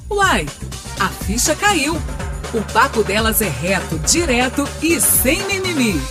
Uai, a ficha caiu. O papo delas é reto, direto e sem mimimi.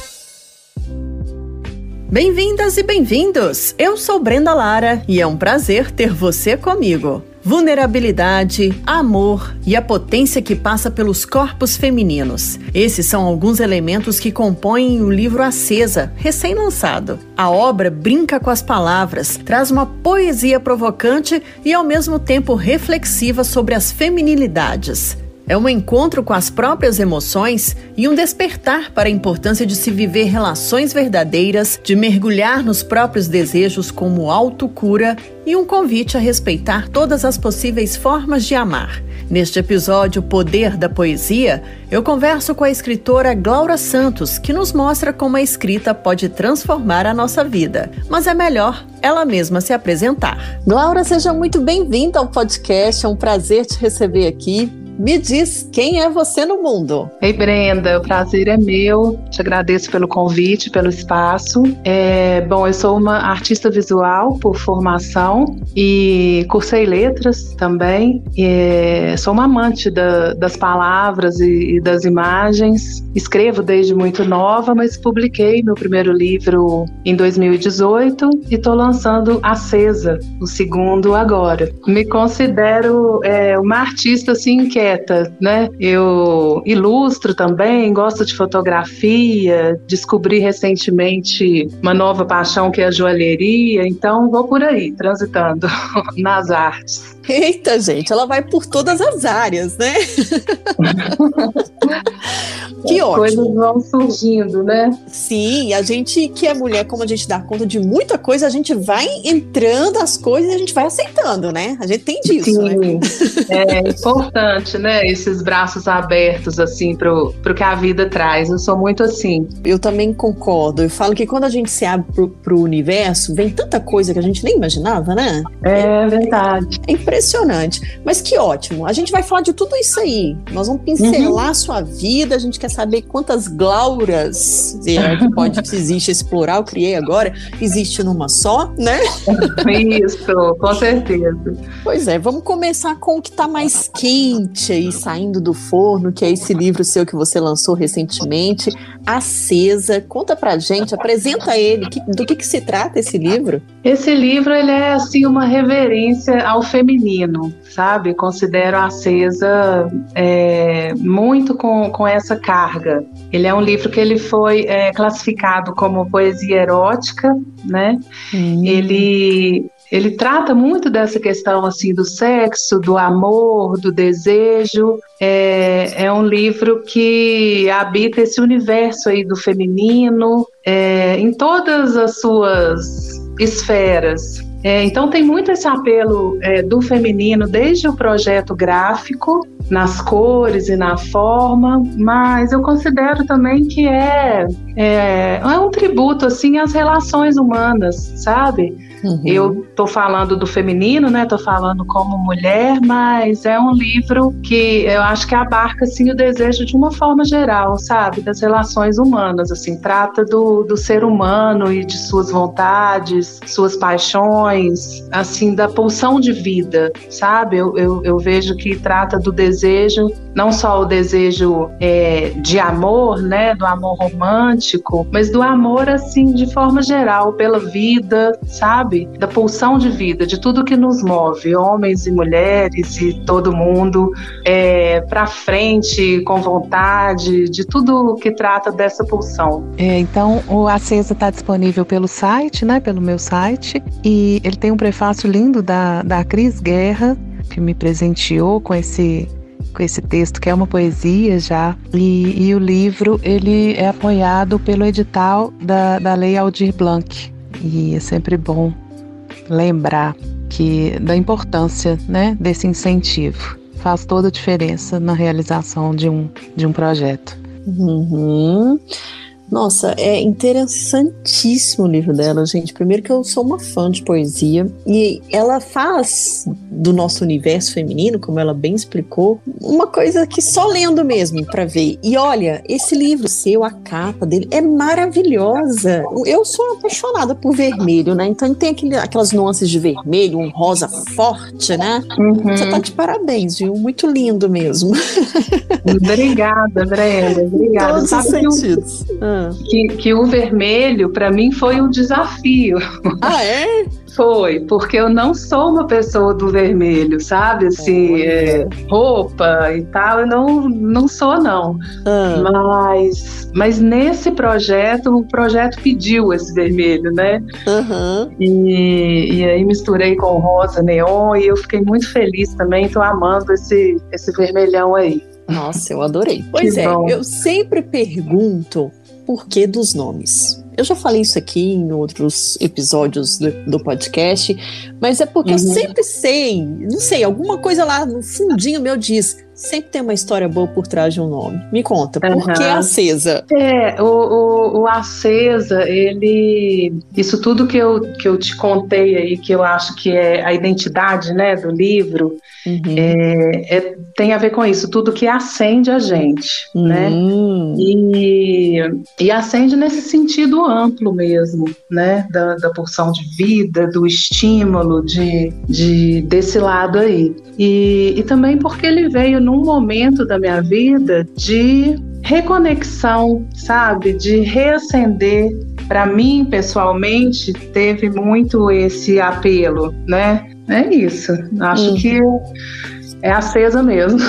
Bem-vindas e bem-vindos! Eu sou Brenda Lara e é um prazer ter você comigo. Vulnerabilidade, amor e a potência que passa pelos corpos femininos. Esses são alguns elementos que compõem o livro Acesa, recém-lançado. A obra brinca com as palavras, traz uma poesia provocante e ao mesmo tempo reflexiva sobre as feminilidades. É um encontro com as próprias emoções e um despertar para a importância de se viver relações verdadeiras, de mergulhar nos próprios desejos como autocura e um convite a respeitar todas as possíveis formas de amar. Neste episódio Poder da Poesia, eu converso com a escritora Glaura Santos, que nos mostra como a escrita pode transformar a nossa vida. Mas é melhor ela mesma se apresentar. Glaura, seja muito bem-vinda ao podcast, é um prazer te receber aqui. Me diz, quem é você no mundo? Ei, Brenda, o prazer é meu. Te agradeço pelo convite, pelo espaço. Bom, eu sou uma artista visual por formação e cursei letras também. Sou uma amante das palavras e das imagens. Escrevo desde muito nova, mas publiquei meu primeiro livro em 2018 e estou lançando Acesa, o segundo agora. Me considero uma artista assim inquieta, né? Eu ilustro também, gosto de fotografia, descobri recentemente uma nova paixão que é a joalheria, então vou por aí, transitando nas artes. Eita, gente, ela vai por todas as áreas, né? Que ótimo. As coisas vão surgindo, né? Sim, a gente que é mulher, como a gente dá conta de muita coisa, a gente vai entrando as coisas e a gente vai aceitando, né? A gente tem disso, sim, né? É importante, né? Esses braços abertos, assim, pro que a vida traz. Eu sou muito assim. Eu também concordo. Eu falo que quando a gente se abre pro universo, vem tanta coisa que a gente nem imaginava, né? É verdade. É impressionante. Mas que ótimo. A gente vai falar de tudo isso aí. Nós vamos pincelar a sua vida. A gente quer saber quantas Glauras, que existe esse plural, criei agora, existe numa só, né? Isso, com certeza. Pois é, vamos começar com o que está mais quente aí, saindo do forno, que é esse livro seu que você lançou recentemente, Acesa. Conta pra gente, apresenta ele, do que se trata esse livro? Esse livro, ele é assim uma reverência ao feminino, sabe? Considero Acesa muito com essa carga. Ele é um livro que ele foi classificado como poesia erótica, né? Ele trata muito dessa questão assim do sexo, do amor, do desejo. É um livro que habita esse universo aí do feminino em todas as suas esferas. Então tem muito esse apelo do feminino desde o projeto gráfico, nas cores e na forma, mas eu considero também que é um tributo assim às relações humanas, sabe? Eu tô falando do feminino, né? Tô falando como mulher, mas é um livro que eu acho que abarca assim o desejo de uma forma geral, sabe? Das relações humanas, assim, trata do ser humano e de suas vontades, suas paixões, assim, da pulsão de vida, sabe? Eu vejo que trata do desejo, não só o desejo de amor, né? Do amor romântico, mas do amor, assim, de forma geral, pela vida, sabe? Da pulsão de vida, de tudo que nos move, homens e mulheres e todo mundo, para frente, com vontade, de tudo que trata dessa pulsão. Então, o Acesa está disponível pelo site, né? Pelo meu site, e ele tem um prefácio lindo da Cris Guerra, que me presenteou com esse texto, que é uma poesia já, e o livro ele é apoiado pelo edital da Lei Aldir Blanc. E é sempre bom lembrar da importância, né, desse incentivo. Faz toda a diferença na realização de um projeto. Nossa, é interessantíssimo o livro dela, gente. Primeiro que eu sou uma fã de poesia e ela faz do nosso universo feminino, como ela bem explicou, uma coisa que só lendo mesmo pra ver. E olha, esse livro seu, a capa dele é maravilhosa. Eu sou apaixonada por vermelho, né? Então tem aquelas nuances de vermelho, um rosa forte, né? Você tá de parabéns, viu? Muito lindo mesmo. Obrigada, Brenda. Obrigada. Todos os sentidos. Que o vermelho, para mim, foi um desafio. Ah, é? Foi, porque eu não sou uma pessoa do vermelho, sabe? Assim, roupa e tal, eu não sou, não. Mas nesse projeto, o projeto pediu esse vermelho, né? E aí misturei com rosa, neon, e eu fiquei muito feliz também, tô amando esse vermelhão aí. Nossa, eu adorei. Pois é, eu sempre pergunto por que dos nomes. Eu já falei isso aqui em outros episódios do podcast, mas é porque eu sempre sei, não sei, alguma coisa lá no fundinho meu diz, sempre tem uma história boa por trás de um nome. Me conta, por que Acesa? O Acesa, isso tudo que eu te contei aí, que eu acho que é a identidade, né, do livro, tem a ver com isso, tudo que acende a gente, né? E acende nesse sentido amplo mesmo, né? Da porção de vida, do estímulo desse lado aí. E também porque ele veio num momento da minha vida de reconexão, sabe? De reacender. Para mim, pessoalmente, teve muito esse apelo, né? É isso. Acho que é acesa mesmo.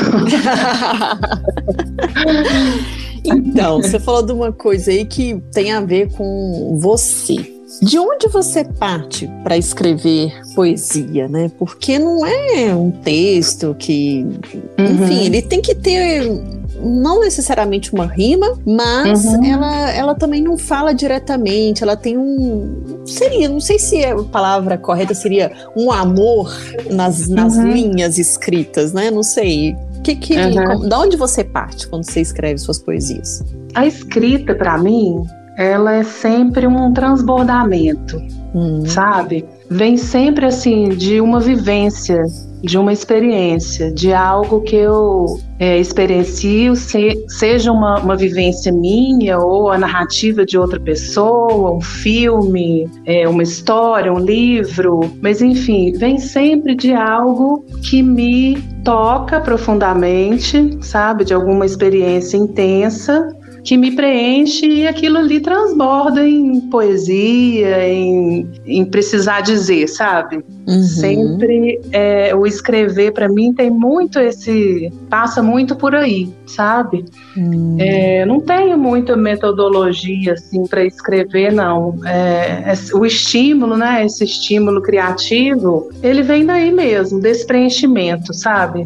Então, você falou de uma coisa aí que tem a ver com você. De onde você parte para escrever poesia, né? Porque não é um texto que... Enfim, ele tem que ter... não necessariamente uma rima, mas ela também não fala diretamente, ela tem não sei se a palavra correta seria um amor nas linhas escritas, né? Não sei. Da onde você parte quando você escreve suas poesias? A escrita, para mim, ela é sempre um transbordamento, sabe? Vem sempre, assim, de uma vivência, de uma experiência, de algo que eu experiencio, seja uma vivência minha ou a narrativa de outra pessoa, um filme, uma história, um livro, mas enfim, vem sempre de algo que me toca profundamente, sabe, de alguma experiência intensa, que me preenche e aquilo ali transborda em poesia, em precisar dizer, sabe? Sempre o escrever para mim tem muito passa muito por aí, sabe? Não tenho muita metodologia assim para escrever, não. O estímulo, né? Esse estímulo criativo, ele vem daí mesmo, desse preenchimento, sabe?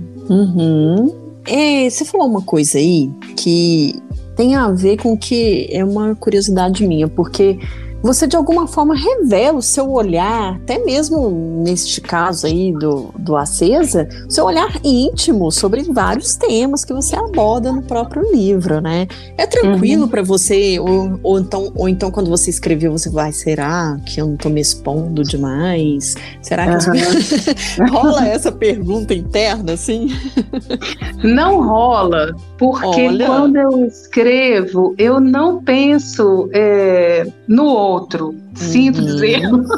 Você falou uma coisa aí que tem a ver com que é uma curiosidade minha, porque você de alguma forma revela o seu olhar, até mesmo neste caso aí do Acesa, seu olhar íntimo sobre vários temas que você aborda no próprio livro, né? É tranquilo para você, ou então quando você escreveu, você vai, será que eu não tô me expondo demais? Será que rola essa pergunta interna, assim? Não rola, porque quando eu escrevo, eu não penso no outro. Sinto dizer.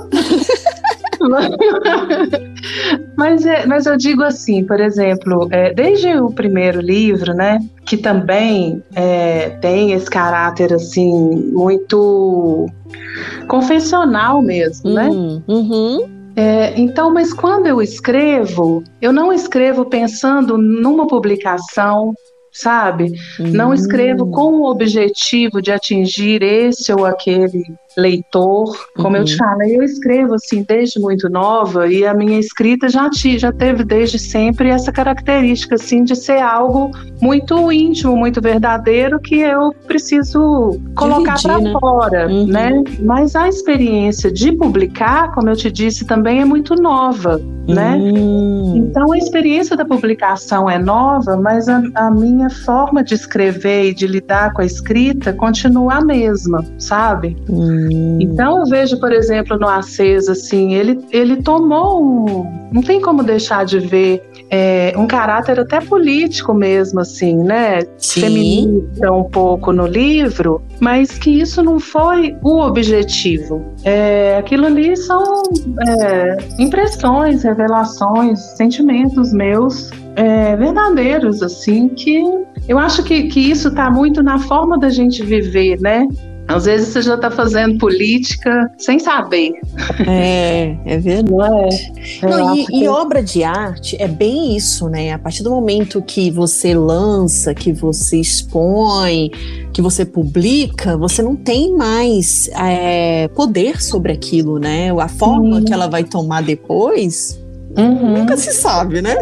Mas eu digo assim, por exemplo, desde o primeiro livro, né, que também tem esse caráter assim muito confessional mesmo, né? Então, mas quando eu escrevo, eu não escrevo pensando numa publicação, sabe? Não escrevo com o objetivo de atingir esse ou aquele leitor. Como eu te falei, eu escrevo assim desde muito nova, e a minha escrita já teve desde sempre essa característica assim de ser algo muito íntimo, muito verdadeiro, que eu preciso colocar para fora, né? Mas a experiência de publicar, como eu te disse, também é muito nova, né? Então a experiência da publicação é nova, mas a minha forma de escrever e de lidar com a escrita continua a mesma, sabe? Então eu vejo, por exemplo, no Acesa, assim, ele tomou não tem como deixar de ver um caráter até político mesmo, assim, né? Sim. Feminista um pouco no livro, mas que isso não foi o objetivo. Aquilo ali são impressões, revelações, sentimentos meus verdadeiros, assim, que eu acho que isso está muito na forma da gente viver, né? Às vezes você já está fazendo política sem saber. É verdade. E obra de arte é bem isso, né? A partir do momento que você lança, que você expõe, que você publica, você não tem mais poder sobre aquilo, né? A forma que ela vai tomar depois, nunca se sabe, né?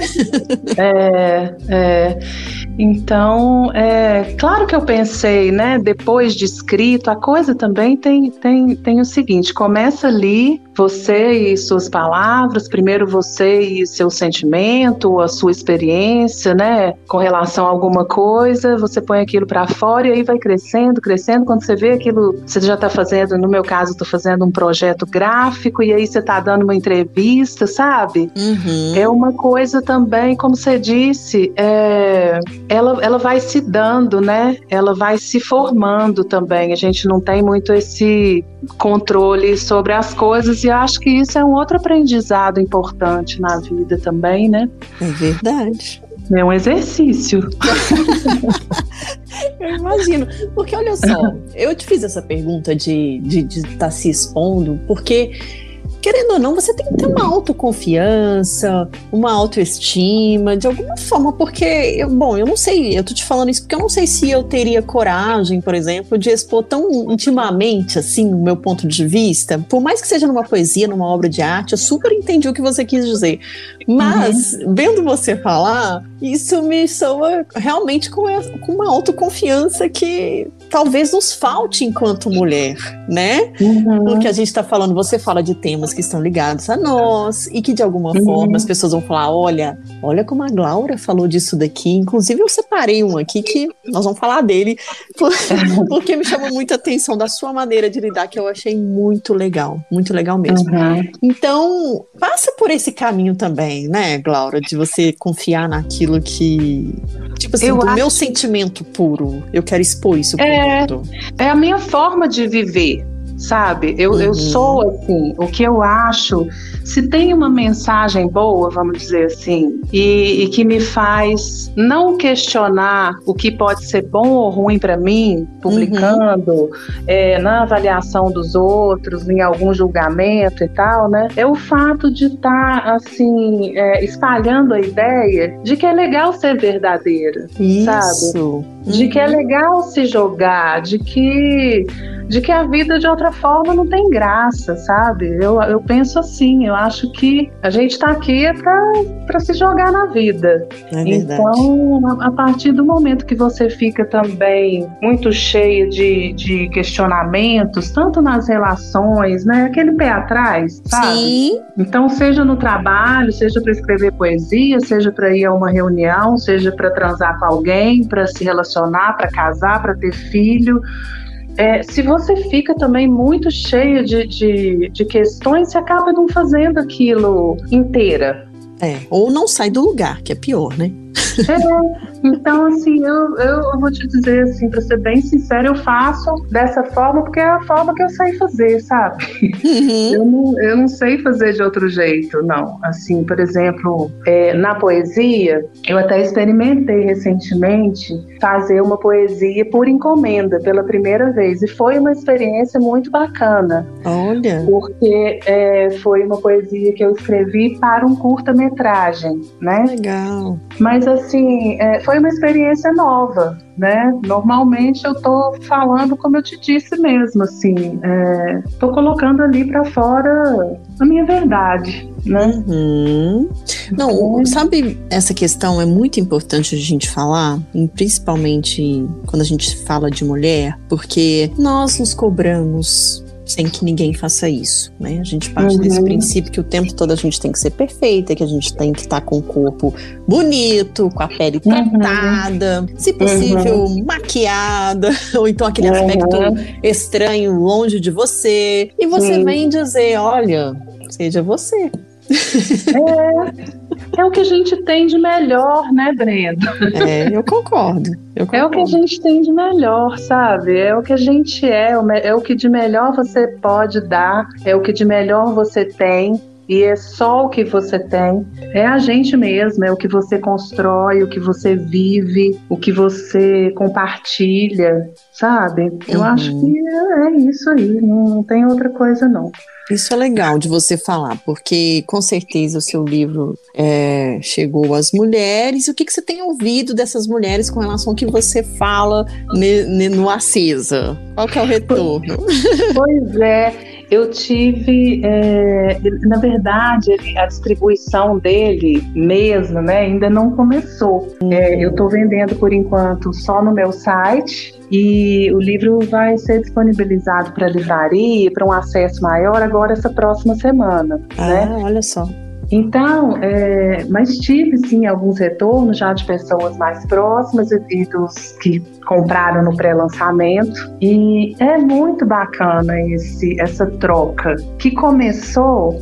Então, claro que eu pensei, né, depois de escrito, a coisa também tem o seguinte, começa ali, você e suas palavras, primeiro você e seu sentimento, a sua experiência, né, com relação a alguma coisa, você põe aquilo para fora e aí vai crescendo, quando você vê aquilo, você já está fazendo, no meu caso, estou fazendo um projeto gráfico e aí você está dando uma entrevista, sabe? É uma coisa também, como você disse, ela vai se dando, né? Ela vai se formando também. A gente não tem muito esse controle sobre as coisas e acho que isso é um outro aprendizado importante na vida também, né? É verdade. É um exercício. Eu imagino. Porque olha só, eu te fiz essa pergunta de estar se expondo, porque querendo ou não, você tem que ter uma autoconfiança, uma autoestima, de alguma forma, porque, eu não sei, eu tô te falando isso porque eu não sei se eu teria coragem, por exemplo, de expor tão intimamente, assim, o meu ponto de vista, por mais que seja numa poesia, numa obra de arte, eu super entendi o que você quis dizer, mas, vendo você falar, isso me soa realmente com uma autoconfiança que talvez nos falte enquanto mulher, né? Porque a gente tá falando, você fala de temas que estão ligados a nós e que de alguma forma as pessoas vão falar, olha como a Glaura falou disso daqui, inclusive eu separei um aqui que nós vamos falar dele, porque me chamou muita atenção da sua maneira de lidar, que eu achei muito legal mesmo. Então, passa por esse caminho também, né, Glaura, de você confiar naquilo que, tipo assim, do meu sentimento puro, eu quero expor isso pro mundo. É a minha forma de viver, sabe? Eu sou assim, o que eu acho, se tem uma mensagem boa, vamos dizer assim, e que me faz não questionar o que pode ser bom ou ruim para mim, publicando, na avaliação dos outros, em algum julgamento e tal, né? É o fato de estar, assim, espalhando a ideia de que é legal ser verdadeira, sabe? De que é legal se jogar, de que a vida de outra forma não tem graça, sabe? Eu penso assim, eu acho que a gente tá aqui para se jogar na vida. Então, a partir do momento que você fica também muito cheio de questionamentos, tanto nas relações, né? Aquele pé atrás, sabe? Sim. Então, seja no trabalho, seja para escrever poesia, seja para ir a uma reunião, seja para transar com alguém, para se relacionar, para casar, para ter filho. Se você fica também muito cheio de questões, você acaba não fazendo aquilo inteira. Ou não sai do lugar, que é pior, né? Então, assim, eu vou te dizer, assim, pra ser bem sincera, eu faço dessa forma porque é a forma que eu sei fazer, sabe? Eu não sei fazer de outro jeito, não. Assim, por exemplo, na poesia, eu até experimentei recentemente fazer uma poesia por encomenda, pela primeira vez, e foi uma experiência muito bacana. Olha! Porque foi uma poesia que eu escrevi para um curta-metragem, né? Legal! Mas, assim, assim, foi uma experiência nova, né? Normalmente eu tô falando como eu te disse mesmo, assim, tô colocando ali para fora a minha verdade, né? Uhum. Não, sabe, essa questão é muito importante a gente falar, principalmente quando a gente fala de mulher, porque nós nos cobramos sem que ninguém faça isso, né? A gente parte desse princípio que o tempo todo a gente tem que ser perfeita, que a gente tem que estar com o corpo bonito, com a pele tratada, se possível maquiada, ou então aquele aspecto estranho longe de você. E você vem dizer, olha, seja você. É o que a gente tem de melhor, né, Brenda? Eu concordo. É o que a gente tem de melhor, sabe? É o que a gente é o que de melhor você pode dar, é o que de melhor você tem. E é só o que você tem, é a gente mesmo, é o que você constrói, o que você vive, o que você compartilha, sabe? Eu acho que é isso aí, não tem outra coisa não. Isso é legal de você falar, porque com certeza o seu livro chegou às mulheres. O que você tem ouvido dessas mulheres com relação ao que você fala no Acesa? Qual que é o retorno? Pois é. Eu tive, na verdade, a distribuição dele mesmo, né, ainda não começou. Eu estou vendendo por enquanto só no meu site e o livro vai ser disponibilizado para livraria, para um acesso maior agora essa próxima semana. Né? Olha só. Então, mas tive sim alguns retornos já de pessoas mais próximas e dos que compraram no pré-lançamento, e é muito bacana essa troca, que começou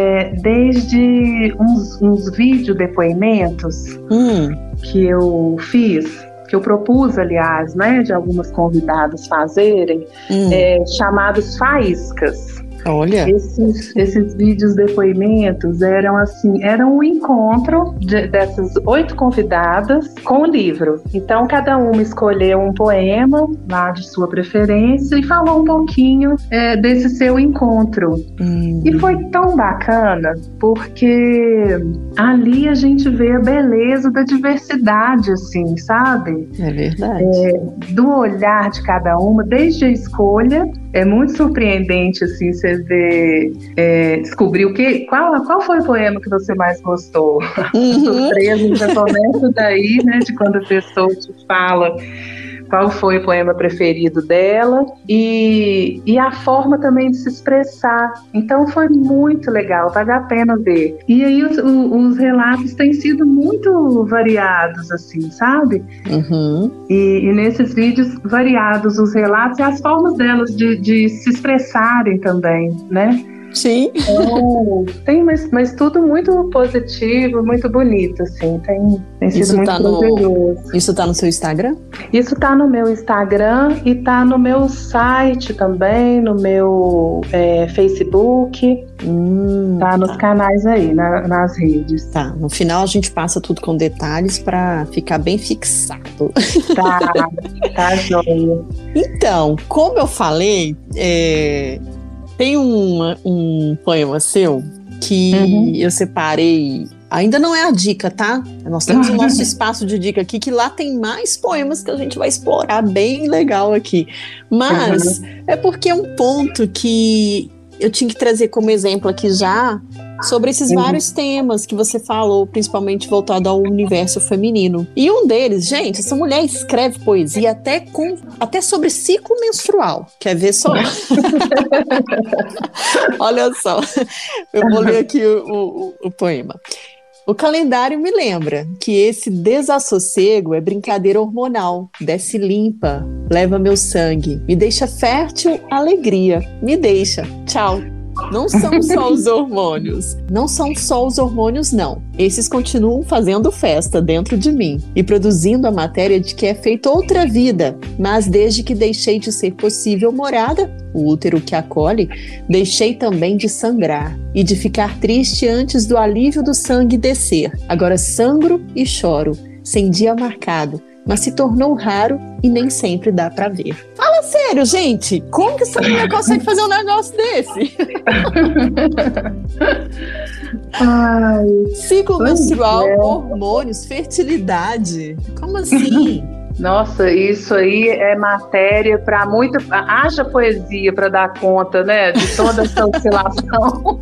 desde uns vídeo depoimentos que eu fiz, que eu propus, aliás, né, de algumas convidadas fazerem, chamados faíscas. Olha. Esses vídeos depoimentos eram um encontro dessas 8 convidadas com o livro. Então cada uma escolheu um poema lá de sua preferência e falou um pouquinho desse seu encontro. E foi tão bacana porque ali a gente vê a beleza da diversidade, assim, sabe? É verdade. Do olhar de cada uma, desde a escolha. É muito surpreendente, assim, você ver, descobrir qual foi o poema que você mais gostou. Surpresa, já começa daí, né, de quando a pessoa te fala qual foi o poema preferido dela e a forma também de se expressar. Então foi muito legal, vale a pena ver. E aí os relatos têm sido muito variados, assim, sabe? E nesses vídeos variados os relatos e as formas delas de se expressarem também, né? Sim. Então, mas tudo muito positivo, muito bonito, assim. Tem sido muito prazeroso. Isso tá no seu Instagram? Isso tá no meu Instagram e tá no meu site também, no meu Facebook. Tá nos canais aí, nas redes. Tá, no final a gente passa tudo com detalhes pra ficar bem fixado. Tá joia. Então, como eu falei, tem um poema seu que eu separei. Ainda não é a dica, tá? Nós temos o nosso espaço de dica aqui, que lá tem mais poemas que a gente vai explorar, bem legal aqui. Mas é porque é um ponto que eu tinha que trazer como exemplo aqui já, sobre esses vários temas que você falou, principalmente voltado ao universo feminino. E um deles, gente, essa mulher escreve poesia até sobre ciclo menstrual. Quer ver só? Olha só, eu vou ler aqui o poema. O calendário me lembra que esse desassossego é brincadeira hormonal, desce limpa, leva meu sangue, me deixa fértil alegria, me deixa, tchau. Não são só os hormônios. Não são só os hormônios, não. Esses continuam fazendo festa dentro de mim e produzindo a matéria de que é feita outra vida. Mas desde que deixei de ser possível morada, o útero que acolhe, deixei também de sangrar e de ficar triste antes do alívio do sangue descer. Agora sangro e choro, sem dia marcado, mas se tornou raro e nem sempre dá pra ver. Fala sério, gente! Como que essa mulher consegue fazer um negócio desse? Ai, Ciclo pois menstrual, é. hormônios, fertilidade. Como assim? Nossa, isso aí é matéria para muita. Haja poesia para dar conta, né? De toda essa oscilação.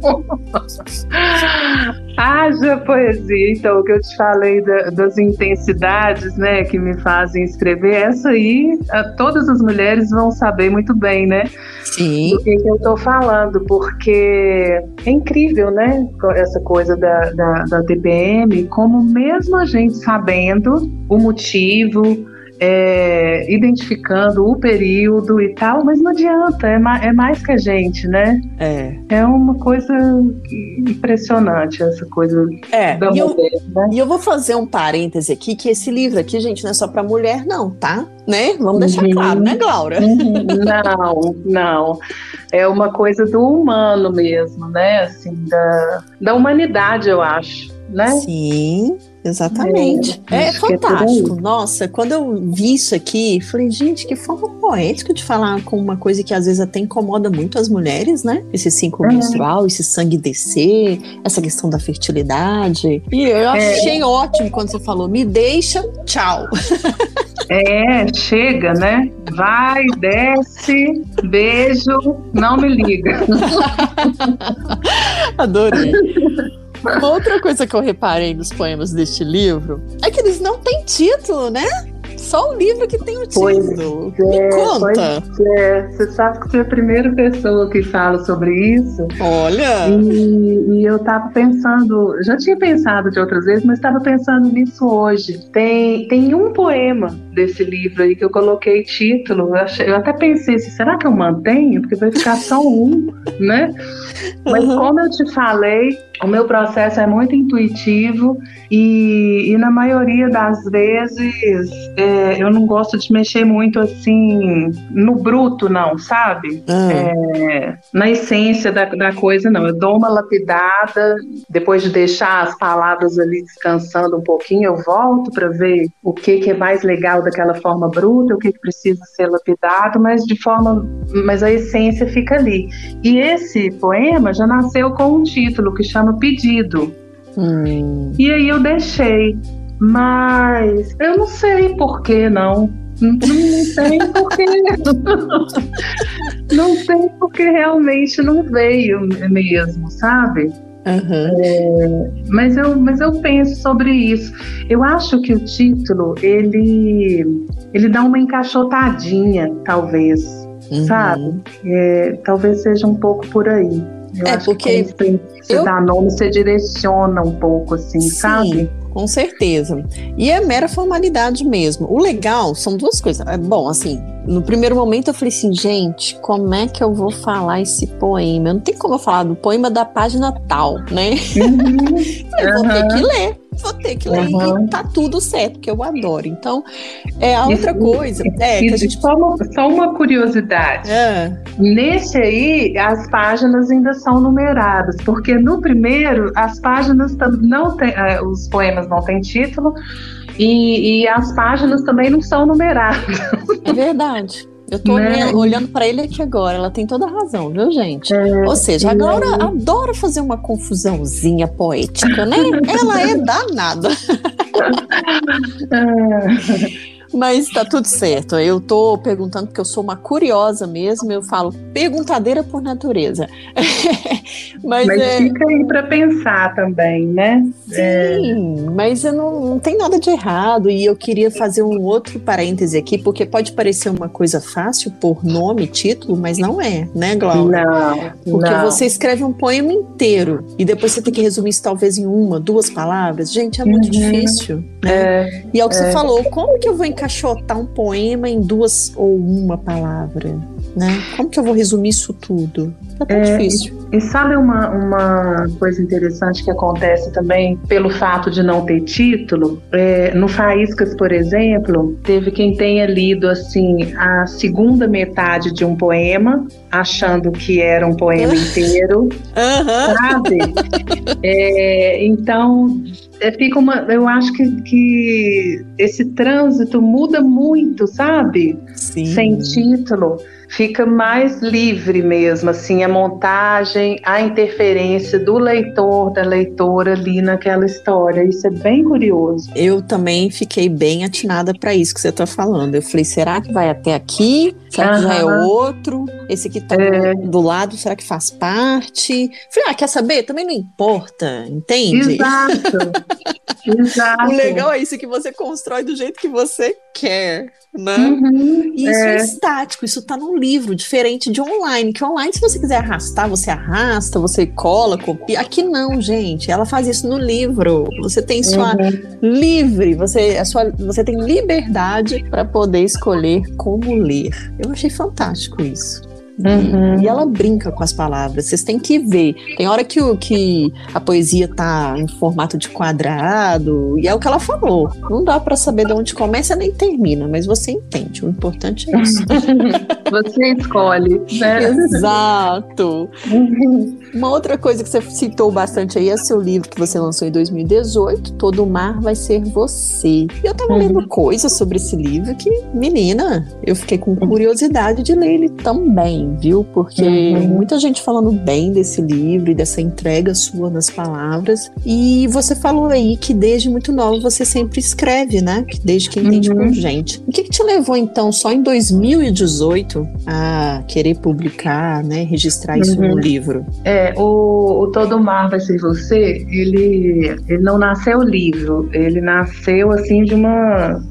Haja poesia. Então, o que eu te falei das intensidades, né? Que me fazem escrever, essa aí, todas as mulheres vão saber muito bem, né? Sim. Do que eu estou falando, porque é incrível, né? Essa coisa da TPM, como mesmo a gente sabendo o motivo, identificando o período e tal, mas não adianta, é mais que a gente, né? É uma coisa impressionante, essa coisa da mulher, né? E eu vou fazer um parêntese aqui, que esse livro aqui, gente, não é só para mulher não, tá? Né? Vamos deixar claro, né, Glaura? Não. É uma coisa do humano mesmo, né? Assim, da humanidade, eu acho, né? Sim, exatamente. É fantástico. Nossa, quando eu vi isso aqui, falei, gente, que forma poética de falar com uma coisa que às vezes até incomoda muito as mulheres, né? Esse ciclo menstrual, esse sangue descer, essa questão da fertilidade. E eu achei ótimo quando você falou, me deixa, tchau. Chega, né? Vai, desce, beijo, não me liga. Adorei. Outra coisa que eu reparei nos poemas deste livro é que eles não têm título, né? Só o livro que tem o título. Me conta. Você sabe que você é a primeira pessoa que fala sobre isso. Olha! E eu estava pensando, já tinha pensado de outras vezes, mas estava pensando nisso hoje. Tem um poema desse livro aí que eu coloquei título. Eu até pensei assim, será que eu mantenho? Porque vai ficar só um, né? Mas como eu te falei, o meu processo é muito intuitivo e na maioria das vezes eu não gosto de mexer muito assim no bruto, não, sabe? Na essência da coisa, não. Eu dou uma lapidada, depois de deixar as palavras ali descansando um pouquinho, eu volto para ver o que é mais legal daquela forma bruta, o que precisa ser lapidado, mas a essência fica ali. E esse poema já nasceu com um título que chama Pedido. E aí eu deixei, mas eu não sei por que não. Não tem porquê. Não tem porque realmente não veio mesmo, sabe? Mas eu penso sobre isso. Eu acho que o título ele dá uma encaixotadinha, talvez, sabe? Talvez seja um pouco por aí. Eu acho porque que você dá nome, você direciona um pouco, assim, sim, sabe? Com certeza. E é mera formalidade mesmo. O legal são duas coisas. Bom, assim, no primeiro momento eu falei assim, gente, como é que eu vou falar esse poema? Não tem como eu falar do poema da página tal, né? Eu vou ter que ler. E tá tudo certo, que eu adoro. Então, a outra coisa que a gente... Só uma curiosidade. Nesse aí, as páginas ainda são numeradas, porque no primeiro, as páginas não tem, os poemas não têm título e as páginas também não são numeradas. É verdade. Eu tô olhando para ele aqui agora, ela tem toda a razão, viu, gente? Ou seja, a Glaura adora fazer uma confusãozinha poética, né? Ela é danada. Mas tá tudo certo. Eu tô perguntando porque eu sou uma curiosa mesmo. Eu falo perguntadeira por natureza. Mas fica aí para pensar também, né? Sim, mas não tem nada de errado. E eu queria fazer um outro parêntese aqui, porque pode parecer uma coisa fácil por nome, título, mas não é, né, Glaura? Não. Porque você escreve um poema inteiro e depois você tem que resumir isso talvez em 1, 2 palavras. Gente, é muito difícil, né? E é o que você falou, como que eu vou encaixotar um poema em 2 ou 1 palavra, né? Como que eu vou resumir isso tudo? É tão difícil. E sabe uma coisa interessante que acontece também pelo fato de não ter título? No Faíscas, por exemplo, teve quem tenha lido assim a segunda metade de um poema, achando que era um poema inteiro, sabe? Então fica eu acho que esse trânsito muda muito, sabe? Sim. Sem título. fica mais livre mesmo, assim, a montagem, a interferência do leitor, da leitora ali naquela história. Isso é bem curioso. Eu também fiquei bem atinada para isso que você está falando. Eu falei, será que vai até aqui? Será que já é outro? Esse aqui tá do lado, será que faz parte? Falei, quer saber? Também não importa, entende? Exato. Exato. O legal é isso, que você constrói do jeito que você quer, né? E isso é estático, isso tá num livro, diferente de online, que online, se você quiser arrastar, você arrasta, você cola, copia. Aqui não, gente, ela faz isso no livro. Você tem sua livre, você tem liberdade para poder escolher como ler. Eu achei fantástico isso. E ela brinca com as palavras, vocês têm que ver. Tem hora que a poesia tá em formato de quadrado, e é o que ela falou. Não dá pra saber de onde começa nem termina, mas você entende. O importante é isso. Você escolhe, né? Exato. Uma outra coisa que você citou bastante aí é seu livro que você lançou em 2018, Todo Mar Vai Ser Você. E eu tava lendo coisas sobre esse livro que, menina, eu fiquei com curiosidade de ler ele também, viu? Porque muita gente falando bem desse livro e dessa entrega sua nas palavras. E você falou aí que desde muito nova você sempre escreve, né? Desde que entende por gente. O que te levou, então, só em 2018 a querer publicar, né? Registrar isso no livro? O Todo Mar Vai Ser Você, ele não nasceu livro, ele nasceu assim de uma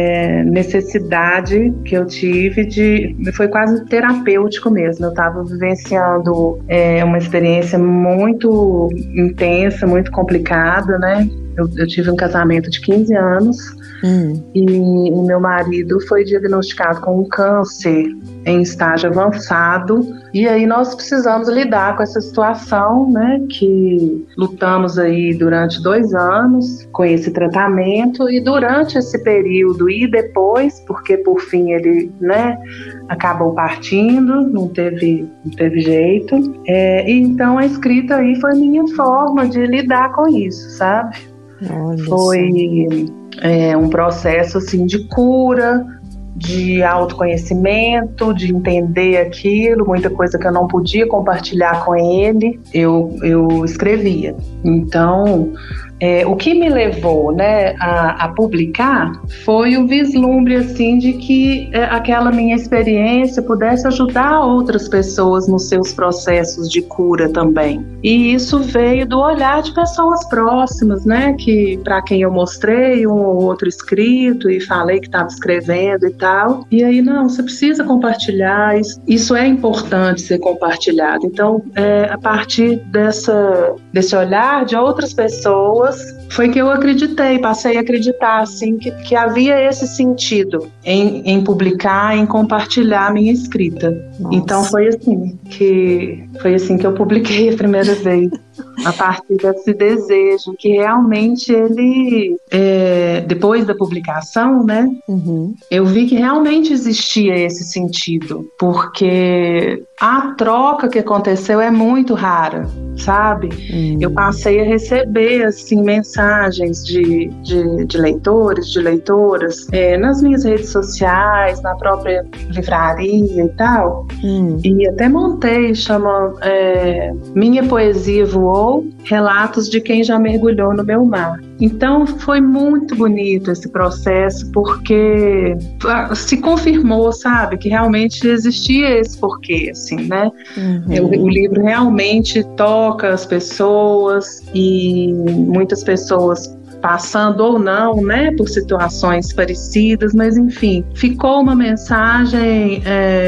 necessidade que eu tive foi quase terapêutico mesmo. Eu estava vivenciando uma experiência muito intensa, muito complicada, né? Eu tive um casamento de 15 anos e o meu marido foi diagnosticado com um câncer em estágio avançado, e aí nós precisamos lidar com essa situação, né, que lutamos aí durante 2 anos com esse tratamento, e durante esse período e depois, porque por fim ele, né, acabou partindo, não teve jeito, e então a escrita aí foi minha forma de lidar com isso, sabe? Foi um processo assim de cura, de autoconhecimento, de entender aquilo, muita coisa que eu não podia compartilhar com ele, eu escrevia. Então, o que me levou, né, a publicar foi o vislumbre assim, de que aquela minha experiência pudesse ajudar outras pessoas nos seus processos de cura também. E isso veio do olhar de pessoas próximas, né, para quem eu mostrei um ou outro escrito e falei que estava escrevendo e tal. E aí, não, você precisa compartilhar, isso é importante ser compartilhado. Então, a partir desse olhar de outras pessoas, foi que eu passei a acreditar assim, que havia esse sentido em publicar, em compartilhar a minha escrita. Nossa. Então foi assim que eu publiquei a primeira vez, a partir desse desejo, que realmente ele, depois da publicação, né, eu vi que realmente existia esse sentido, porque a troca que aconteceu é muito rara, sabe? Eu passei a receber assim, mensagens de leitores, de leitoras, nas minhas redes sociais, na própria livraria e tal, e até montei, chama Minha Poesia Voou, relatos de quem já mergulhou no meu mar. Então foi muito bonito esse processo, porque se confirmou, sabe, que realmente existia esse porquê, assim, né? O livro realmente toca as pessoas, e muitas pessoas passando ou não, né, por situações parecidas, mas enfim, ficou uma mensagem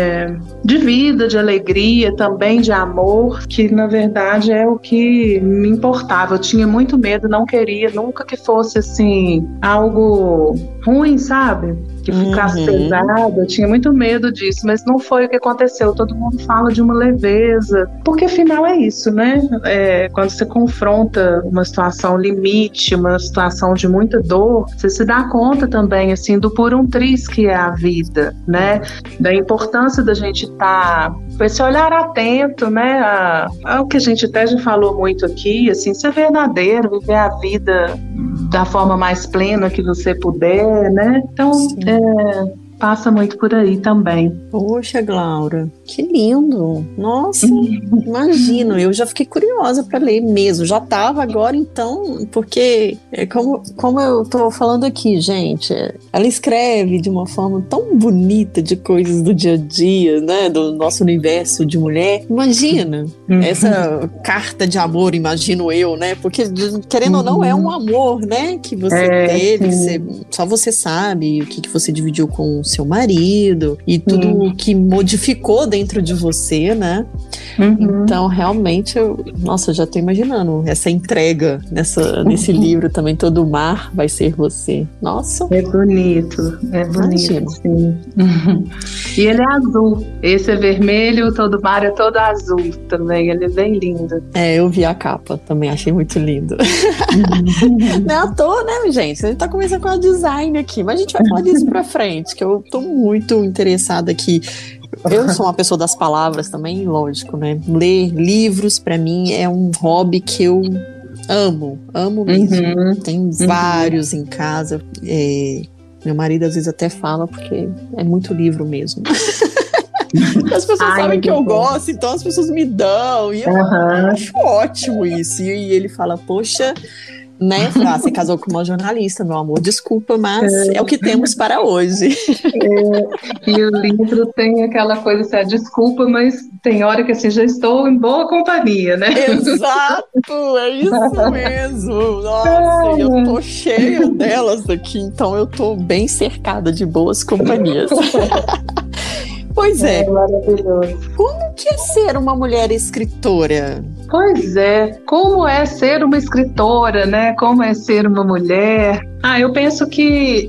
de vida, de alegria, também de amor, que na verdade é o que me importava. Eu tinha muito medo, não queria nunca que fosse assim, algo ruim, sabe? Que ficasse pesado, eu tinha muito medo disso, mas não foi o que aconteceu. Todo mundo fala de uma leveza, porque afinal é isso, né? Quando você confronta uma situação limite, uma situação de muita dor, você se dá conta também, assim, do por um triz que é a vida, né? Da importância da gente estar com esse olhar atento, né? Ao que a gente até já falou muito aqui, assim, ser verdadeiro, viver a vida da forma mais plena que você puder, né? Então, passa muito por aí também. Poxa, Glaura, que lindo! Nossa, imagino, eu já fiquei curiosa para ler mesmo, já tava agora então, porque como eu tô falando aqui, gente, ela escreve de uma forma tão bonita de coisas do dia a dia, né, do nosso universo de mulher. Imagina essa carta de amor, imagino eu, né, porque querendo ou não é um amor, né, que você teve, que só você sabe o que você dividiu com o seu marido e tudo que modificou dentro de você, né? Então, realmente, eu já tô imaginando essa entrega nesse livro também, Todo Mar Vai Ser Você. Nossa! É bonito, sim. E ele é azul, esse é vermelho, Todo Mar é todo azul também, ele é bem lindo. Eu vi a capa, também achei muito lindo. Não é à toa, né, gente? A gente tá começando com a design aqui, mas a gente vai falar disso pra frente, que eu tô muito interessada aqui. Eu sou uma pessoa das palavras também, lógico, né? Ler livros, pra mim, é um hobby que eu amo mesmo. Tenho vários em casa. Meu marido às vezes até fala, porque é muito livro mesmo. As pessoas sabem que eu gosto, então as pessoas me dão. E eu acho ótimo isso. E ele fala, poxa, né? Você casou com uma jornalista, meu amor, desculpa, mas é o que temos para hoje. E o livro tem aquela coisa assim, desculpa, mas tem hora que assim, já estou em boa companhia, né? Exato, é isso mesmo. Nossa, eu tô cheia delas aqui, então eu tô bem cercada de boas companhias. Pois é. Maravilhoso. Como que é ser uma mulher escritora? Pois é, como é ser uma escritora, né? Como é ser uma mulher? Eu penso que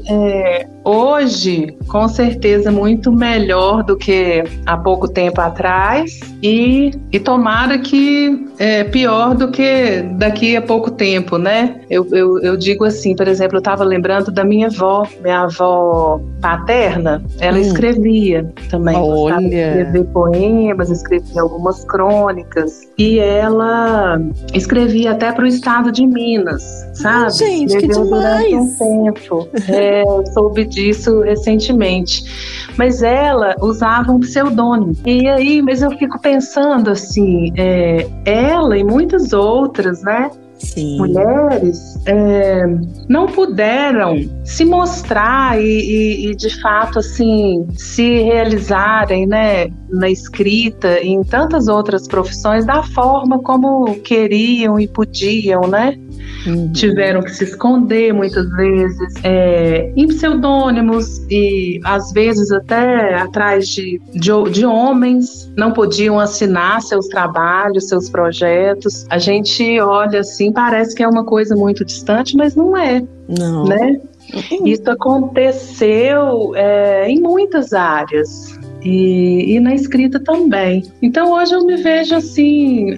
hoje, com certeza, muito melhor do que há pouco tempo atrás e tomara que pior do que daqui a pouco tempo, né? Eu digo assim, por exemplo, eu estava lembrando da minha avó paterna, ela escrevia também, gostava de escrever poemas, escrevia algumas crônicas e ela escrevia até para o estado de Minas, sabe? Gente, que demais! Tempo. Eu soube disso recentemente. Mas ela usava um pseudônimo. E aí, mas eu fico pensando assim, ela e muitas outras, né? Sim. Mulheres não puderam se mostrar e de fato assim se realizarem, né, na escrita e em tantas outras profissões da forma como queriam e podiam, né? Tiveram que se esconder muitas vezes em pseudônimos e às vezes até atrás de homens, não podiam assinar seus trabalhos, seus projetos. A gente olha assim, parece que é uma coisa muito distante, mas não é, não. Né? Isso aconteceu em muitas áreas. E na escrita também. Então hoje eu me vejo assim,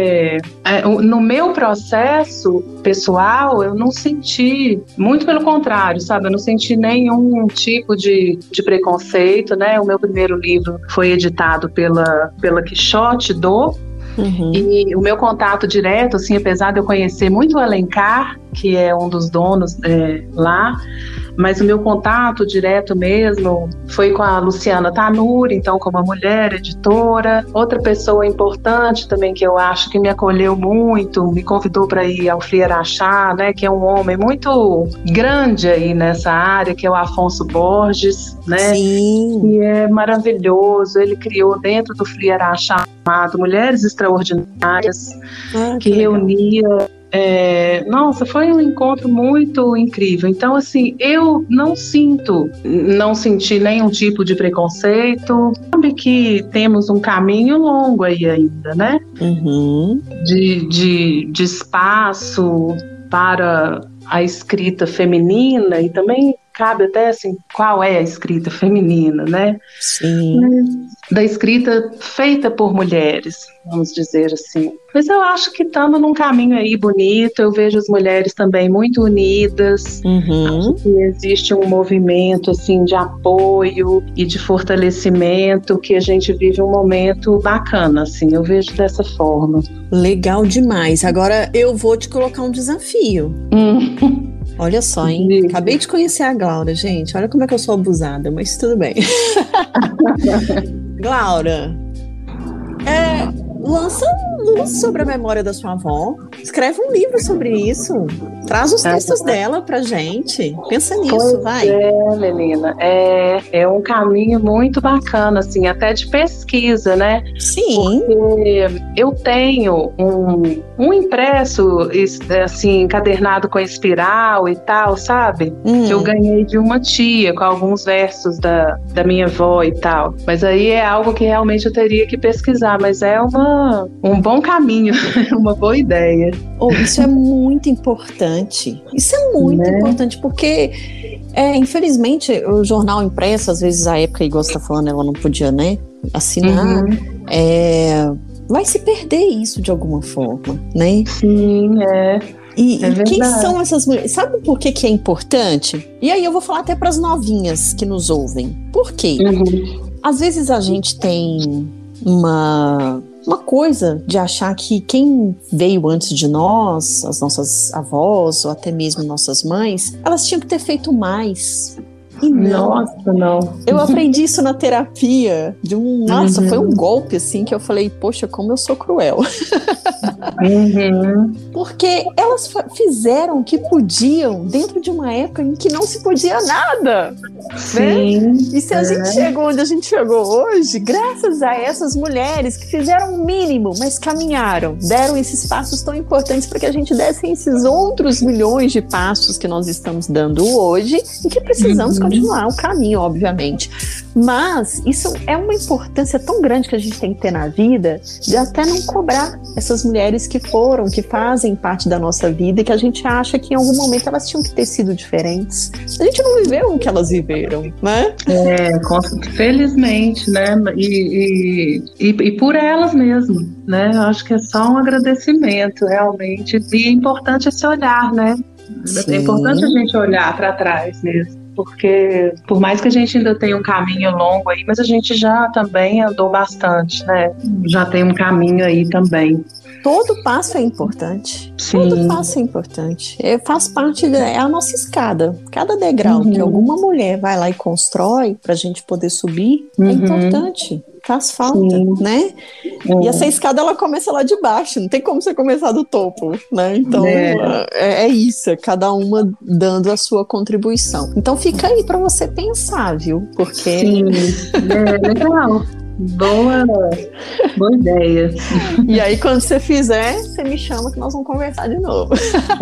no meu processo pessoal eu não senti, muito pelo contrário, sabe, eu não senti nenhum tipo de preconceito, né? O meu primeiro livro foi editado pela Quixote do E o meu contato direto, assim, apesar de eu conhecer muito o Alencar, que é um dos donos lá, mas o meu contato direto mesmo foi com a Luciana Tanuri, então como uma mulher editora. Outra pessoa importante também que eu acho que me acolheu muito, me convidou para ir ao Flieraxá, né, que é um homem muito grande aí nessa área, que é o Afonso Borges, né? Sim. Que é maravilhoso. Ele criou dentro do Flieraxá chamado Mulheres Extraordinárias, que reunia... nossa, foi um encontro muito incrível. Então, assim, eu não senti nenhum tipo de preconceito. Sabe que temos um caminho longo aí ainda, né? De espaço para a escrita feminina e também cabe até assim, qual é a escrita feminina, né? Sim. Da escrita feita por mulheres, vamos dizer assim. Mas eu acho que estamos num caminho aí bonito, eu vejo as mulheres também muito unidas, acho que existe um movimento assim, de apoio e de fortalecimento, que a gente vive um momento bacana, assim, eu vejo dessa forma. Legal demais. Agora eu vou te colocar um desafio. Olha só, hein? Acabei de conhecer a Glaura, gente. Olha como é que eu sou abusada, mas tudo bem. Glaura, lança luz sobre a memória da sua avó. Escreve um livro sobre isso. Traz os textos dela pra gente. Pensa nisso, vai. Menina, é um caminho muito bacana, assim, até de pesquisa, né? Sim. Porque eu tenho um impresso, assim, encadernado com espiral e tal, sabe? Que eu ganhei de uma tia, com alguns versos da minha avó e tal. Mas aí é algo que realmente eu teria que pesquisar, mas é um bom caminho, uma boa ideia. Isso é muito importante. Isso é muito importante, porque infelizmente o jornal impresso, às vezes a época, igual você está falando, ela não podia, né, assinar. Vai se perder isso de alguma forma, né? Sim, E quem são essas mulheres? Sabe por que é importante? E aí eu vou falar até para as novinhas que nos ouvem. Por quê? Às vezes a gente tem uma coisa de achar que quem veio antes de nós, as nossas avós ou até mesmo nossas mães, elas tinham que ter feito mais. E não. Nossa, não. Eu aprendi isso na terapia. Foi um golpe assim que eu falei, poxa, como eu sou cruel. Porque elas fizeram o que podiam dentro de uma época em que não se podia nada. Sim, né? E se a gente chegou onde a gente chegou hoje, graças a essas mulheres que fizeram o mínimo, mas caminharam, deram esses passos tão importantes para que a gente desse esses outros milhões de passos que nós estamos dando hoje e que precisamos continuar o caminho, obviamente. Mas isso é uma importância tão grande que a gente tem que ter na vida, de até não cobrar essas mulheres que fazem parte da nossa vida e que a gente acha que em algum momento elas tinham que ter sido diferentes. A gente não viveu o que elas viveram, né? Felizmente, né? E por elas mesmo, né? Eu acho que é só um agradecimento, realmente. E é importante esse olhar, né? Sim. É importante a gente olhar para trás mesmo. Porque por mais que a gente ainda tenha um caminho longo aí, mas a gente já também andou bastante, né? Já tem um caminho aí também. Todo passo é importante. Sim. Todo passo é importante. Faz parte é a nossa escada. Cada degrau que alguma mulher vai lá e constrói pra gente poder subir é importante. Faz falta, né? E essa escada, ela começa lá de baixo. Não tem como você começar do topo, né? Então, é isso. É cada uma dando a sua contribuição. Então, fica aí pra você pensar, viu? Porque... Sim, legal. Boa ideia. E aí, quando você fizer, você me chama que nós vamos conversar de novo.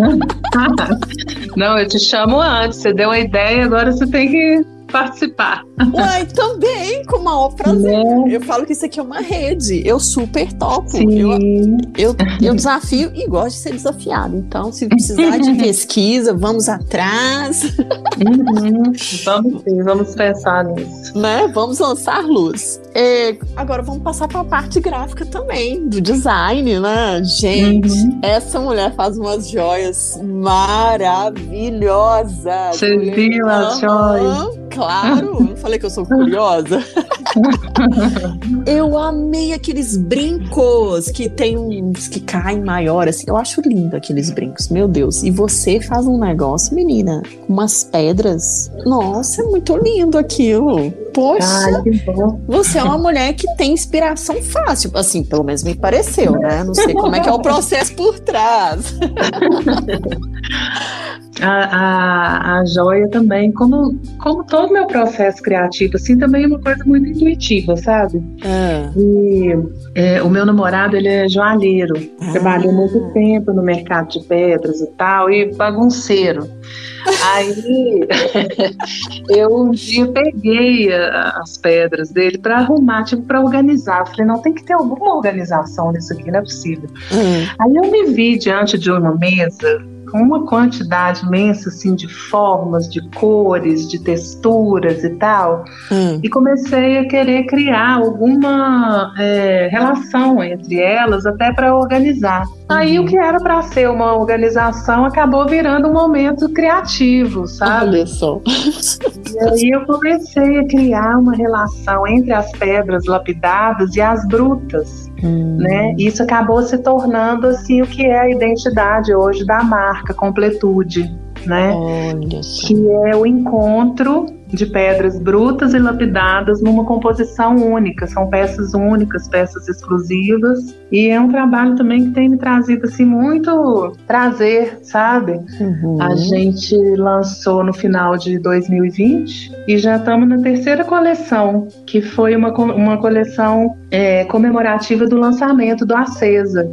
Não, eu te chamo antes. Você deu a ideia, agora você tem que participar. Uai, também, com o maior prazer. Eu falo que isso aqui é uma rede. Eu super topo. Eu desafio e gosto de ser desafiado. Então, se precisar de pesquisa, vamos atrás. Vamos pensar nisso. Né? Vamos lançar luz. Agora vamos passar para a parte gráfica também, do design, né? Gente, essa mulher faz umas joias maravilhosas. Você viu as joias? Claro, não falei que eu sou curiosa. Eu amei aqueles brincos que tem uns que caem maior, assim. Eu acho lindo aqueles brincos, meu Deus. E você faz um negócio, menina, com umas pedras. Nossa, é muito lindo aquilo. Poxa, que bom. Você é uma mulher que tem inspiração fácil. Assim, pelo menos me pareceu, né? Não sei como é que é o processo por trás. A joia também, como todo meu processo criativo, assim, também é uma coisa muito intuitiva, sabe? E o meu namorado, ele é joalheiro, trabalhou muito tempo no mercado de pedras e tal, e bagunceiro. Aí eu um dia peguei as pedras dele para arrumar, tipo, para organizar. Falei, não, tem que ter alguma organização nisso aqui, não é possível. Aí eu me vi diante de uma mesa com uma quantidade imensa, assim, de formas, de cores, de texturas e tal, e comecei a querer criar alguma relação entre elas, até para organizar. Aí o que era para ser uma organização acabou virando um momento criativo, sabe? Olha só. E aí eu comecei a criar uma relação entre as pedras lapidadas e as brutas, né? E isso acabou se tornando, assim, o que é a identidade hoje da marca Completude, né? Olha só. Que é o encontro de pedras brutas e lapidadas numa composição única. São peças únicas, peças exclusivas. E é um trabalho também que tem me trazido assim, muito prazer, sabe? A gente lançou no final de 2020 e já estamos na terceira coleção, que foi uma coleção comemorativa do lançamento do Acesa.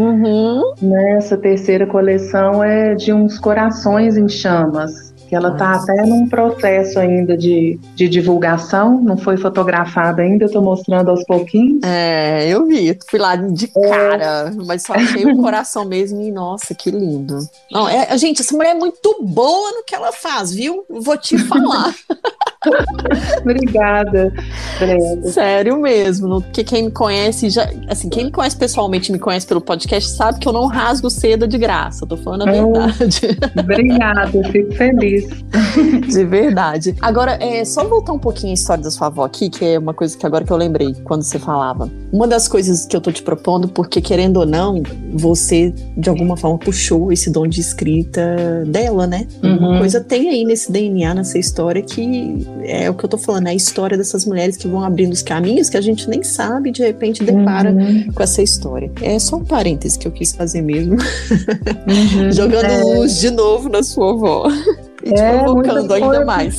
Essa terceira coleção é de uns corações em chamas, que ela está até num processo ainda de divulgação, não foi fotografada ainda, eu estou mostrando aos pouquinhos. Eu vi, fui lá de cara, mas só achei o coração mesmo e nossa, que lindo. Não, gente, essa mulher é muito boa no que ela faz, viu? Vou te falar. Obrigada, Brenda. Sério mesmo, porque quem me conhece, quem me conhece pessoalmente, me conhece pelo podcast, sabe que eu não rasgo seda de graça, eu tô falando a verdade. Obrigada, eu fico feliz. De verdade. Agora, só voltar um pouquinho a história da sua avó aqui, que é uma coisa que agora que eu lembrei, quando você falava. Uma das coisas que eu tô te propondo, porque querendo ou não, você de alguma forma puxou esse dom de escrita dela, né? Uma coisa tem aí nesse DNA, nessa história, que é o que eu tô falando, é a história dessas mulheres que vão abrindo os caminhos que a gente nem sabe, de repente depara com essa história. É só um parêntese que eu quis fazer mesmo. Jogando luz de novo na sua avó. E te provocando ainda mais.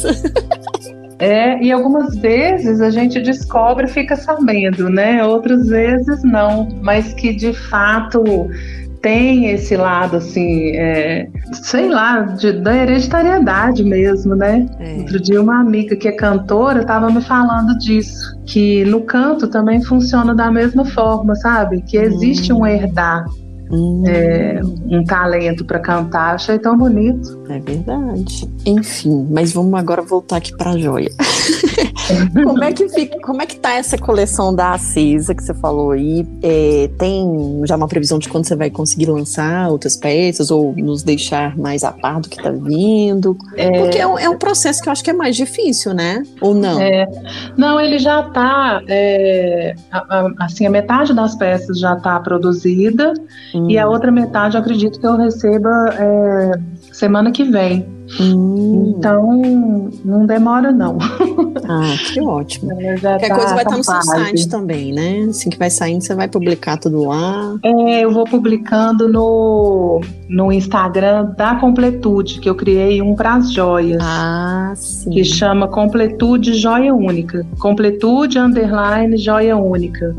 E algumas vezes a gente descobre e fica sabendo, né? Outras vezes não, mas que de fato tem esse lado, assim, sei lá, da hereditariedade mesmo, né? Outro dia uma amiga que é cantora estava me falando disso, que no canto também funciona da mesma forma, sabe? Que existe um herdar. Um talento para cantar, achei tão bonito. É verdade. Enfim, mas vamos agora voltar aqui para a joia. Como é que tá essa coleção da Acesa que você falou aí? Tem já uma previsão de quando você vai conseguir lançar outras peças ou nos deixar mais a par do que tá vindo? Porque é um processo que eu acho que é mais difícil, né? Ou não? Não, ele já tá assim, a metade das peças já tá produzida e a outra metade eu acredito que eu receba semana que vem. Então, não demora não. Que ótimo. Qualquer coisa vai estar no seu site também, né? Assim que vai saindo, você vai publicar tudo lá. Eu vou publicando no Instagram da Completude, que eu criei um para as joias. Sim. Que chama Completude Joia Única. Completude _ Joia Única.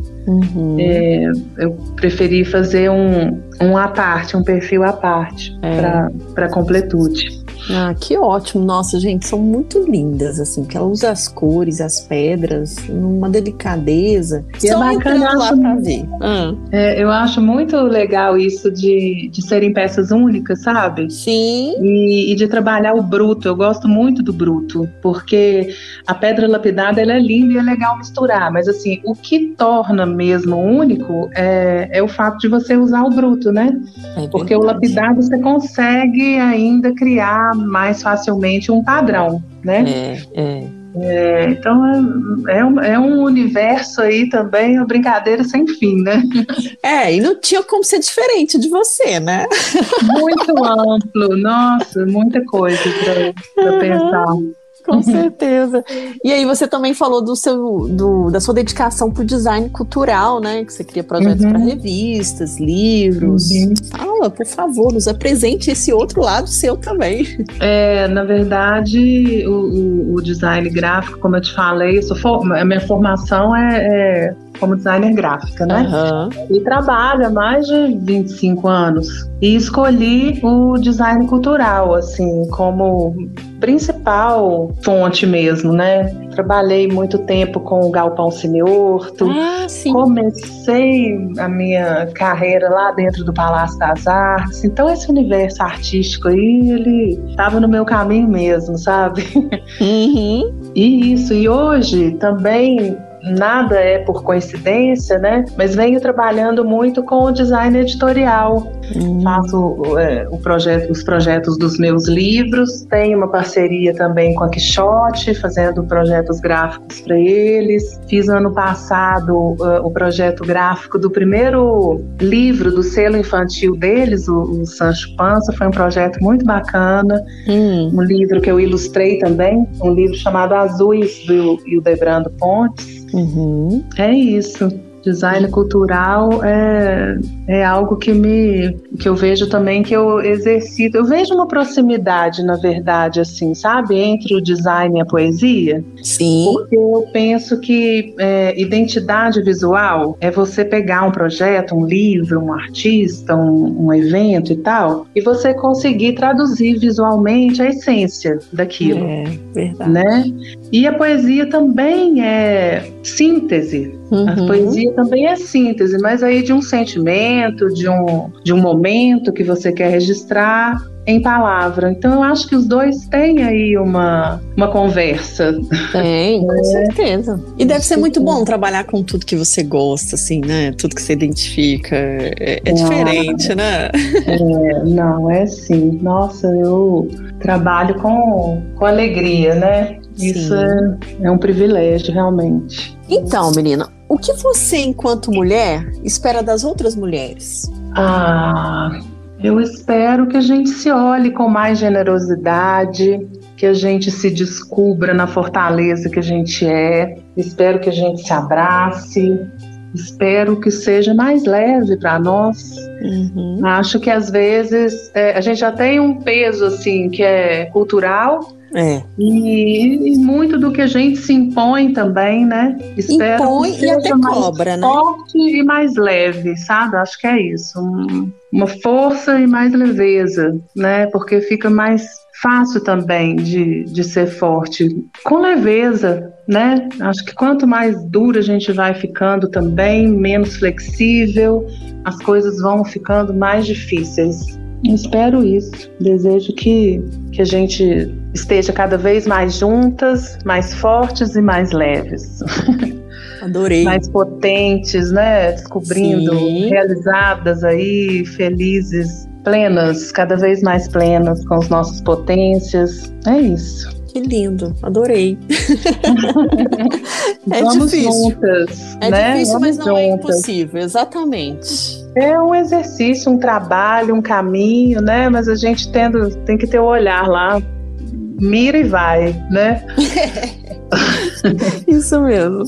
Eu preferi fazer um à parte, um perfil à parte para Completude. Que ótimo. Nossa, gente, são muito lindas, assim, que ela usa as cores, as pedras, uma delicadeza. E só é bacana lá pra ver. Eu acho muito legal isso de serem peças únicas, sabe? Sim. E de trabalhar o bruto. Eu gosto muito do bruto, porque a pedra lapidada, ela é linda e é legal misturar, mas assim, o que torna mesmo único é o fato de você usar o bruto, né? Porque o lapidado você consegue ainda criar mais facilmente um padrão, né? Então é um universo aí também, uma brincadeira sem fim, né? E não tinha como ser diferente de você, né? Muito amplo, nossa, muita coisa para pensar. Com certeza. E aí você também falou da sua dedicação pro design cultural, né? Que você cria projetos para revistas, livros. Fala, por favor, nos apresente esse outro lado seu também. Na verdade, o design gráfico, como eu te falei, a minha formação é como designer gráfica, né? E trabalho há mais de 25 anos. E escolhi o design cultural, assim, como principal fonte mesmo, né? Trabalhei muito tempo com o Galpão Cine Horto. Comecei a minha carreira lá dentro do Palácio das Artes. Então esse universo artístico aí, ele estava no meu caminho mesmo, sabe? E hoje também nada é por coincidência, né? Mas venho trabalhando muito com o design editorial. Faço os projetos dos meus livros, tenho uma parceria também com a Quixote, fazendo projetos gráficos para eles. Fiz ano passado o projeto gráfico do primeiro livro do selo infantil deles, o Sancho Panza. Foi um projeto muito bacana. Um livro que eu ilustrei também, um livro chamado Azuis, do Hildebrando Pontes. É isso. Design cultural é algo que eu vejo também, que eu exercito. Eu vejo uma proximidade, na verdade, assim, sabe? Entre o design e a poesia. Sim. Porque eu penso que identidade visual é você pegar um projeto, um livro, um artista, um evento e tal, e você conseguir traduzir visualmente a essência daquilo. É verdade. Né? E a poesia também é síntese. A poesia também é síntese, mas aí de um sentimento, de um momento que você quer registrar em palavra. Então eu acho que os dois têm aí uma conversa. Tem, com certeza. E deve ser muito bom trabalhar com tudo que você gosta, assim, né? Tudo que você identifica. É diferente, né? Não, é sim. Nossa, eu trabalho com alegria, né? Sim. Isso é um privilégio, realmente. Então, menina, o que você, enquanto mulher, espera das outras mulheres? Eu espero que a gente se olhe com mais generosidade, que a gente se descubra na fortaleza que a gente é. Espero que a gente se abrace. Espero que seja mais leve para nós. Acho que às vezes a gente já tem um peso assim que é cultural. E muito do que a gente se impõe também, né? Espero impõe que e até cobra, mais né? Forte e mais leve, sabe? Acho que é isso. Uma força e mais leveza, né? Porque fica mais fácil também de ser forte. Com leveza, né? Acho que quanto mais dura a gente vai ficando também, menos flexível, as coisas vão ficando mais difíceis. Espero isso. Desejo que a gente esteja cada vez mais juntas, mais fortes e mais leves. Adorei. Mais potentes, né? Descobrindo, Sim. Realizadas aí, felizes, plenas, cada vez mais plenas com as nossas potências. É isso. Que lindo, adorei. Vamos difícil. Juntas, é né? difícil, Vamos mas não é juntas. impossível, exatamente. É um exercício, um trabalho, um caminho, né? Mas a gente tem que ter o olhar lá, mira e vai, né? Isso mesmo.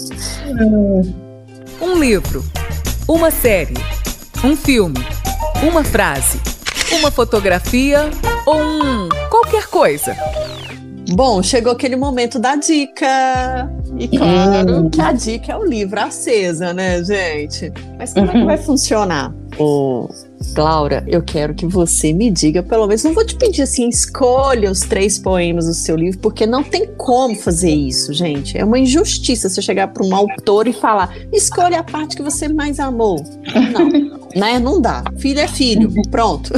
Um livro, uma série, um filme, uma frase, uma fotografia ou qualquer coisa. Bom, chegou aquele momento da dica. E claro que a dica é o livro Acesa, né, gente? Mas como é que vai funcionar? Laura, eu quero que você me diga, pelo menos, não vou te pedir assim, escolha os 3 poemas do seu livro, porque não tem como fazer isso, gente. É uma injustiça você chegar para um autor e falar, escolha a parte que você mais amou. Não, né? Não dá. Filho é filho, pronto.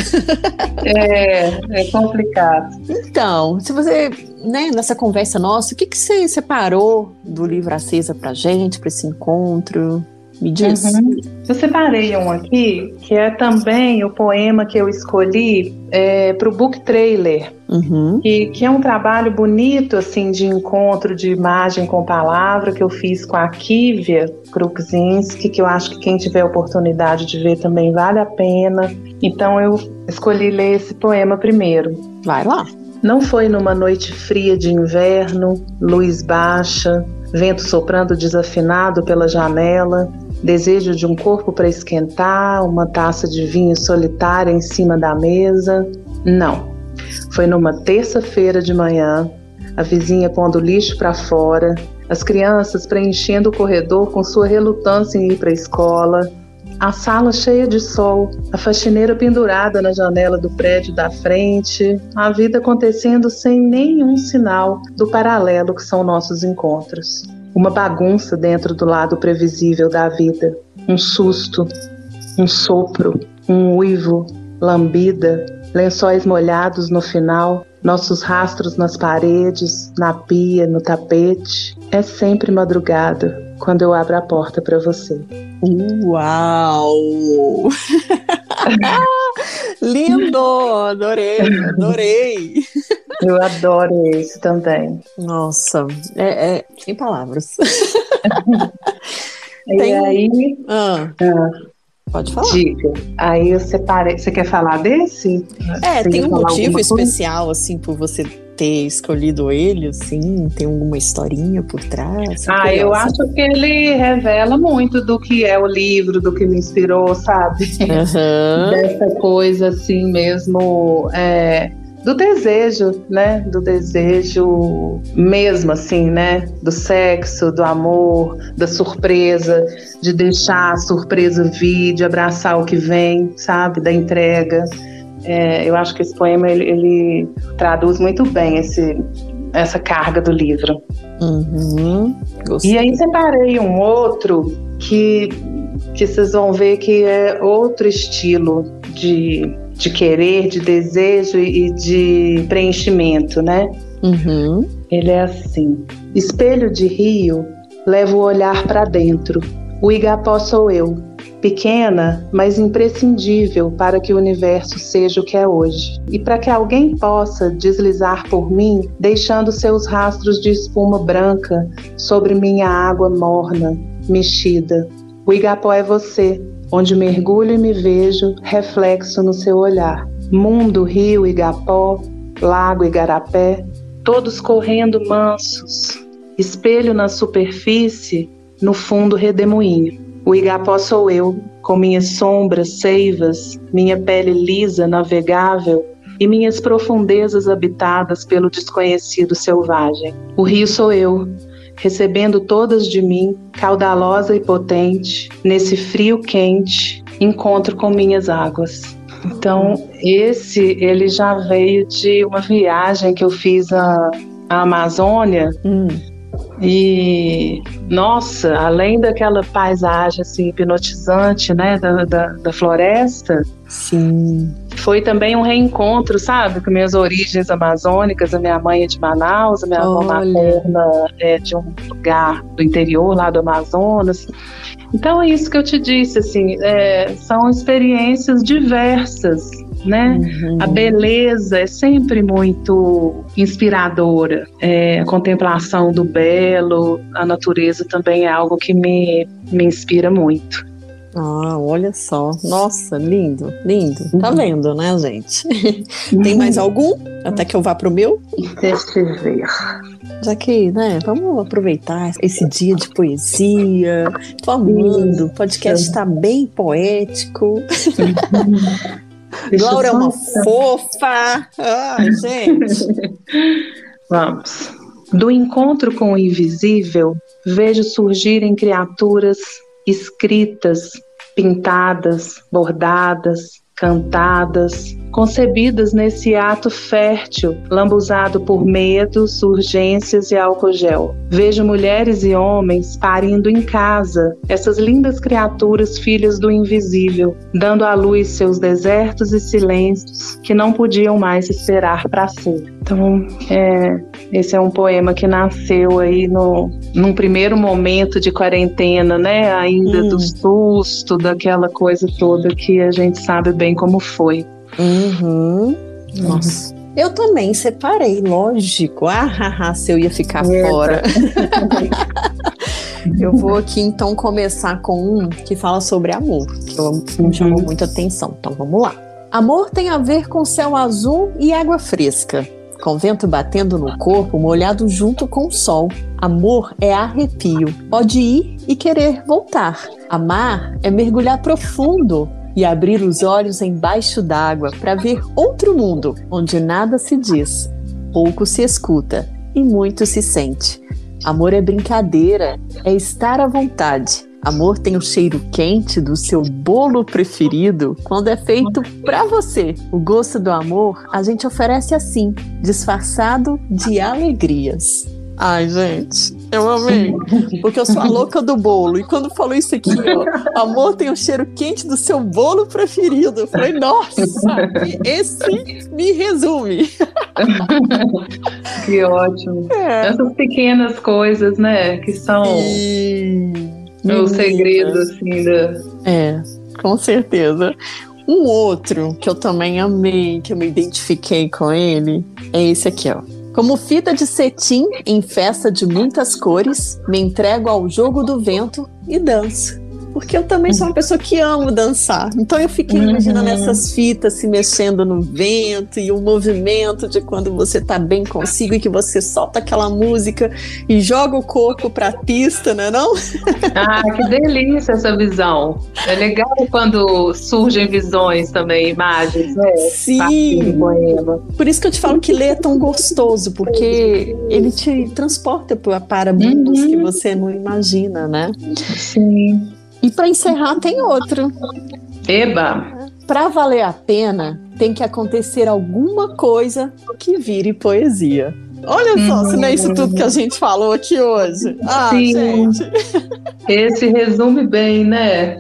É complicado. Então, se você, né, nessa conversa nossa, o que você separou do livro Acesa pra gente, para esse encontro? Me diz. Eu separei um aqui, que é também o poema que eu escolhi para o book trailer, que é um trabalho bonito assim, de encontro de imagem com palavra que eu fiz com a Kívia Krukzinski, que eu acho que quem tiver oportunidade de ver também vale a pena. Então eu escolhi ler esse poema primeiro. Vai lá. Não foi numa noite fria de inverno, luz baixa, vento soprando desafinado pela janela, desejo de um corpo para esquentar, uma taça de vinho solitária em cima da mesa. Não. Foi numa terça-feira de manhã, a vizinha pondo lixo para fora, as crianças preenchendo o corredor com sua relutância em ir para a escola, a sala cheia de sol, a faxineira pendurada na janela do prédio da frente, a vida acontecendo sem nenhum sinal do paralelo que são nossos encontros. Uma bagunça dentro do lado previsível da vida, um susto, um sopro, um uivo, lambida, lençóis molhados no final, nossos rastros nas paredes, na pia, no tapete. É sempre madrugada, quando eu abro a porta para você. Uau! Lindo! Adorei! Eu adoro esse também. Nossa, sem palavras. E aí... Pode falar. Diga. Aí eu separei. Você quer falar desse? Tem um motivo especial, assim, por você ter escolhido ele, assim? Tem alguma historinha por trás? Eu acho que ele revela muito do que é o livro, do que me inspirou, sabe? Dessa coisa, assim, mesmo... do desejo, né? Do desejo mesmo, assim, né? Do sexo, do amor, da surpresa, de deixar a surpresa vir, de abraçar o que vem, sabe? Da entrega. Eu acho que esse poema, ele traduz muito bem essa carga do livro. E aí separei um outro que vocês vão ver que é outro estilo de querer, de desejo e de preenchimento, né? Ele é assim: espelho de rio, levo o olhar para dentro. O Igapó sou eu, pequena, mas imprescindível para que o universo seja o que é hoje. E para que alguém possa deslizar por mim, deixando seus rastros de espuma branca sobre minha água morna, mexida. O Igapó é você, onde mergulho e me vejo reflexo no seu olhar. Mundo, rio, Igapó, lago, Igarapé, todos correndo mansos. Espelho na superfície, no fundo redemoinho. O Igapó sou eu, com minhas sombras, seivas, minha pele lisa, navegável e minhas profundezas habitadas pelo desconhecido selvagem. O rio sou eu, recebendo todas de mim, caudalosa e potente, nesse frio quente, encontro com minhas águas. Então, ele já veio de uma viagem que eu fiz à Amazônia. E, nossa, além daquela paisagem assim, hipnotizante, né, da floresta, sim, foi também um reencontro, sabe, com minhas origens amazônicas. A minha mãe é de Manaus, a minha avó materna é de um lugar do interior, lá do Amazonas. Então é isso que eu te disse, assim, são experiências diversas, né? A beleza é sempre muito inspiradora. A contemplação do belo, a natureza também é algo que me inspira muito. Olha só. Nossa, lindo. Tá vendo, né, gente? Tem mais algum? Até que eu vá pro meu? Deixa eu ver. Já que, né, vamos aproveitar esse dia de poesia. Tô amando. O podcast tá bem poético. Laura é uma fofa. Ai, gente. Vamos. Do encontro com o invisível, vejo surgirem criaturas escritas, pintadas, bordadas, cantadas, concebidas nesse ato fértil, lambuzado por medos, urgências e álcool gel. Vejo mulheres e homens parindo em casa, essas lindas criaturas filhas do invisível, dando à luz seus desertos e silêncios que não podiam mais esperar para ser. Então, esse é um poema que nasceu aí num primeiro momento de quarentena, né? Ainda do susto, daquela coisa toda que a gente sabe bem como foi. Nossa. Eu também separei, lógico. Se eu ia ficar fora. Eu vou aqui então começar com um que fala sobre amor, que me chamou muita atenção. Então vamos lá. Amor tem a ver com céu azul e água fresca, com vento batendo no corpo, molhado junto com o sol. Amor é arrepio, pode ir e querer voltar. Amar é mergulhar profundo e abrir os olhos embaixo d'água para ver outro mundo, onde nada se diz, pouco se escuta e muito se sente. Amor é brincadeira, é estar à vontade. Amor tem o cheiro quente do seu bolo preferido quando é feito pra você. O gosto do amor a gente oferece assim, disfarçado de alegrias. Ai, gente, eu amei. Porque eu sou a louca do bolo. E quando falou isso aqui, ó, amor, tem o cheiro quente do seu bolo preferido. Eu falei, nossa, esse me resume. Que ótimo. Essas pequenas coisas, né, que são o segredo, assim, com certeza. Um outro que eu também amei, que eu me identifiquei com ele, é esse aqui, ó. Como fita de cetim em festa de muitas cores, me entrego ao jogo do vento e danço. Porque eu também sou uma pessoa que amo dançar. Então eu fiquei imaginando essas fitas se mexendo no vento e o movimento de quando você tá bem consigo e que você solta aquela música e joga o corpo pra pista, né, não? Ah, que delícia essa visão. É legal quando surgem visões também, imagens, né? Sim. Por isso que eu te falo que ler é tão gostoso, porque ele te transporta para mundos que você não imagina, né? Sim. E para encerrar, tem outro. Eba! Para valer a pena, tem que acontecer alguma coisa que vire poesia. Olha só, se não é isso tudo que a gente falou aqui hoje. Ah, sim. Gente. Esse resume bem, né?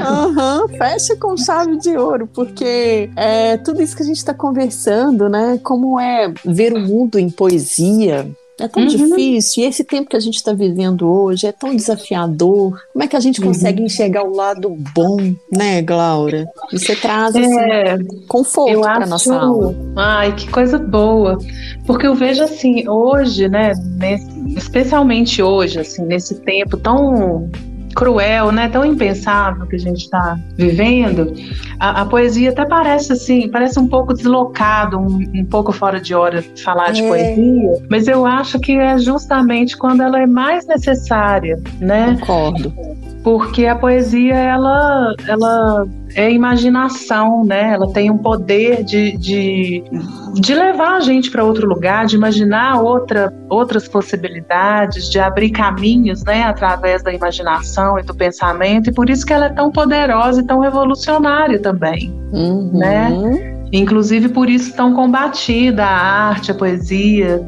Fecha com chave de ouro, porque é tudo isso que a gente está conversando, né? Como é ver o mundo em poesia. É tão difícil, e esse tempo que a gente está vivendo hoje é tão desafiador. Como é que a gente consegue enxergar o lado bom, né, Glaura? Você traz assim, conforto para nossa alma. Ai, que coisa boa. Porque eu vejo assim, hoje, né, especialmente hoje, assim, nesse tempo tão cruel, né, tão impensável que a gente está vivendo, a poesia até parece assim, parece um pouco deslocado, um pouco fora de hora falar de poesia, mas eu acho que é justamente quando ela é mais necessária, né? Concordo. Porque a poesia, ela é imaginação, né? Ela tem um poder de levar a gente para outro lugar, de imaginar outras possibilidades, de abrir caminhos, né? Através da imaginação e do pensamento, e por isso que ela é tão poderosa e tão revolucionária também, né? Inclusive por isso tão combatida a arte, a poesia,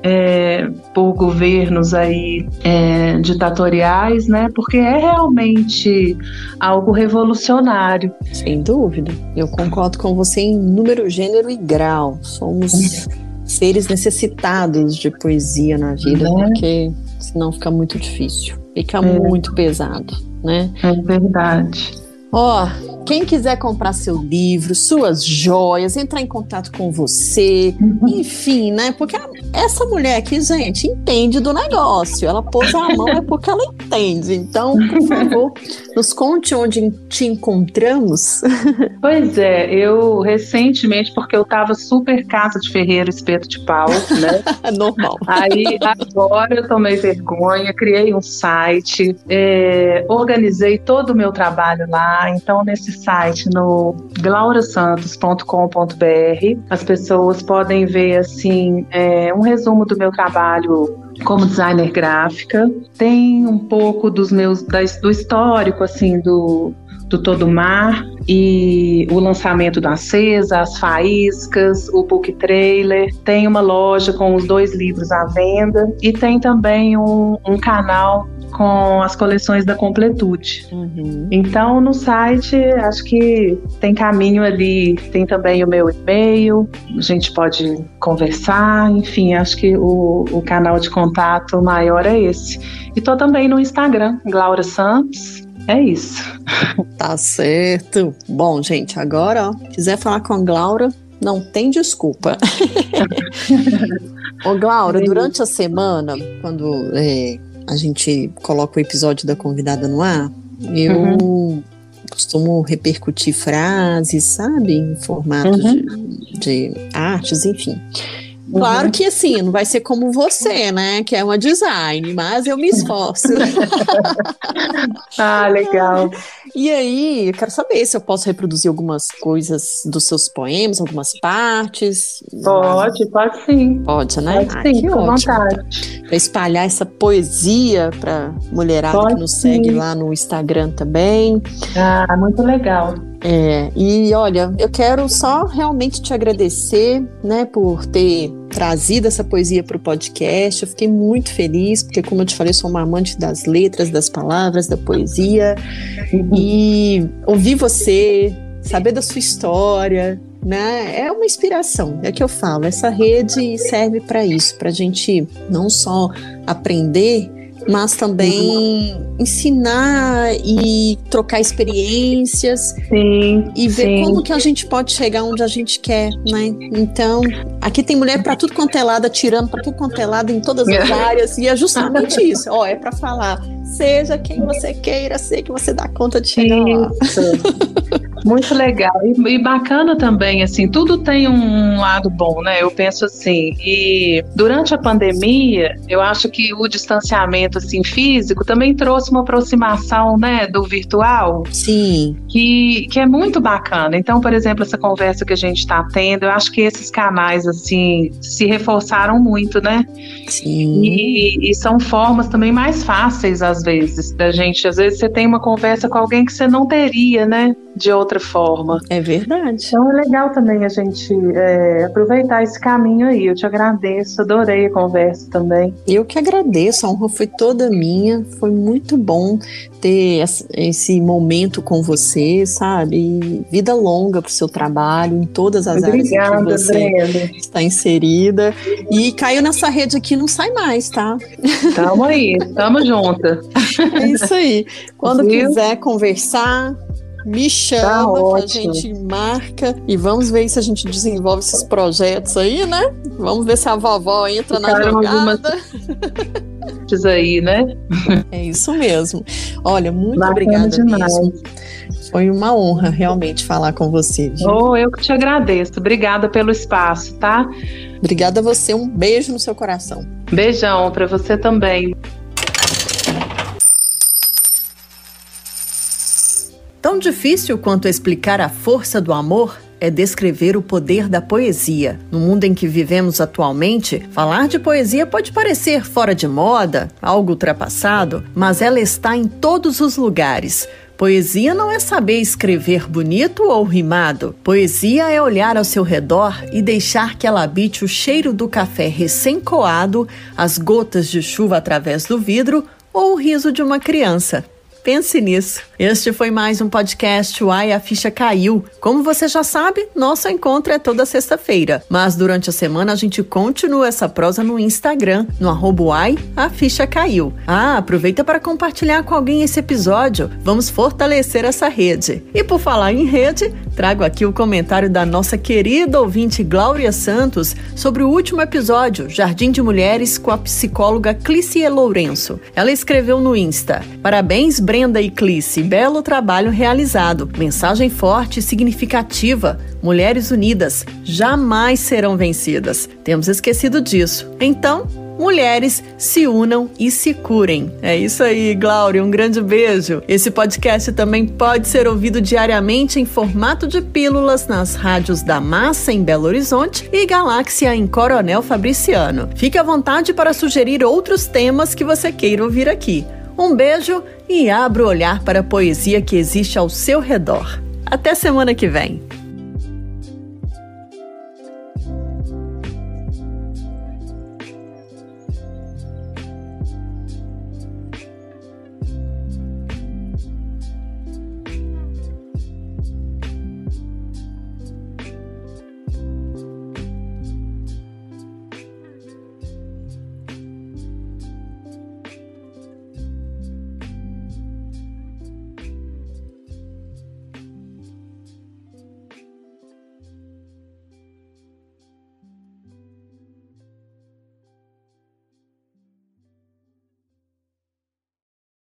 por governos aí ditatoriais, né? Porque é realmente algo revolucionário. Sem dúvida. Eu concordo com você em número, gênero e grau. Somos seres necessitados de poesia na vida, porque senão fica muito difícil. Fica muito pesado, né? É verdade. Ó, quem quiser comprar seu livro, suas joias, entrar em contato com você, enfim, né? Porque essa mulher aqui, gente, entende do negócio. Ela pôs a mão é porque ela entende. Então, por favor, nos conte onde te encontramos. Pois é, eu recentemente, porque eu tava super casa de ferreiro, espeto de pau, né? Normal. Aí, agora eu tomei vergonha, criei um site, organizei todo o meu trabalho lá. Então, nesse site, no glaurasantos.com.br, as pessoas podem ver assim, um resumo do meu trabalho como designer gráfica. Tem um pouco do histórico assim do Todo Mar e o lançamento da Acesa, as faíscas, o book trailer. Tem uma loja com os 2 livros à venda e tem também um canal com as coleções da Completude. Então, no site, acho que tem caminho ali, tem também o meu e-mail, a gente pode conversar, enfim, acho que o canal de contato maior é esse. E tô também no Instagram, Glaura Santos, é isso. Tá certo. Bom, gente, agora, ó, quiser falar com a Glaura, não tem desculpa. Ô, Glaura, durante a semana, quando a gente coloca o episódio da convidada no ar, eu costumo repercutir frases, sabe? Em formato de artes, enfim. Claro que assim, não vai ser como você, né? Que é uma design, mas eu me esforço. Ah, legal. E aí, eu quero saber se eu posso reproduzir algumas coisas dos seus poemas, algumas partes. Pode sim. Pode, né? Pode sim, com vontade. Para espalhar essa poesia para mulherada que nos segue lá no Instagram também. Ah, muito legal. E olha, eu quero só realmente te agradecer, né, por ter trazido essa poesia para o podcast. Eu fiquei muito feliz, porque, como eu te falei, eu sou uma amante das letras, das palavras, da poesia. E ouvir você, saber da sua história, né, é uma inspiração, é o que eu falo. Essa rede serve para isso, para a gente não só aprender, mas também ensinar e trocar experiências. Sim, e ver como que a gente pode chegar onde a gente quer, né? Então, aqui tem mulher para tudo quanto é lado, tirando para tudo quanto é lado em todas as áreas, e é justamente isso. É para falar, seja quem você queira ser, que você dá conta de chegar lá. Muito legal. E bacana também, assim, tudo tem um lado bom, né? Eu penso assim, e durante a pandemia, eu acho que o distanciamento, assim, físico também trouxe uma aproximação, né, do virtual. Sim. Que é muito bacana. Então, por exemplo, essa conversa que a gente está tendo, eu acho que esses canais, assim, se reforçaram muito, né? Sim. E são formas também mais fáceis, às vezes, da gente. Às vezes você tem uma conversa com alguém que você não teria, né? De outra forma. É verdade. Então é legal também a gente aproveitar esse caminho aí. Eu te agradeço, adorei a conversa também. Eu que agradeço, a honra foi toda minha. Foi muito bom ter esse momento com você, sabe? E vida longa pro seu trabalho, em todas as áreas em que você está inserida. E caiu nessa rede aqui, não sai mais, tá? Tamo aí, tamo junta. É isso aí. Quando quiser conversar, me chama, que a gente marca e vamos ver se a gente desenvolve esses projetos aí, né? Vamos ver se a vovó entra na jogada. Diz aí, né? É isso mesmo. Olha, muito obrigada mesmo. Foi uma honra realmente falar com você. Eu que te agradeço. Obrigada pelo espaço, tá? Obrigada a você. Um beijo no seu coração. Beijão pra você também. Tão difícil quanto explicar a força do amor é descrever o poder da poesia. No mundo em que vivemos atualmente, falar de poesia pode parecer fora de moda, algo ultrapassado, mas ela está em todos os lugares. Poesia não é saber escrever bonito ou rimado. Poesia é olhar ao seu redor e deixar que ela habite o cheiro do café recém-coado, as gotas de chuva através do vidro ou o riso de uma criança. Pense nisso. Este foi mais um podcast Uai, a Ficha Caiu. Como você já sabe, nosso encontro é toda sexta-feira. Mas durante a semana a gente continua essa prosa no Instagram, no @Uai, a Ficha Caiu. Aproveita para compartilhar com alguém esse episódio. Vamos fortalecer essa rede. E por falar em rede, trago aqui o comentário da nossa querida ouvinte Glória Santos sobre o último episódio, Jardim de Mulheres, com a psicóloga Clícia Lourenço. Ela escreveu no Insta: parabéns, Brenda e Clícia, belo trabalho realizado. Mensagem forte e significativa. Mulheres unidas jamais serão vencidas. Temos esquecido disso. Então, mulheres, se unam e se curem. É isso aí, Glória, um grande beijo. Esse podcast também pode ser ouvido diariamente em formato de pílulas nas rádios da Massa em Belo Horizonte e Galáxia em Coronel Fabriciano. Fique à vontade para sugerir outros temas que você queira ouvir aqui. Um beijo e abra o olhar para a poesia que existe ao seu redor. Até semana que vem.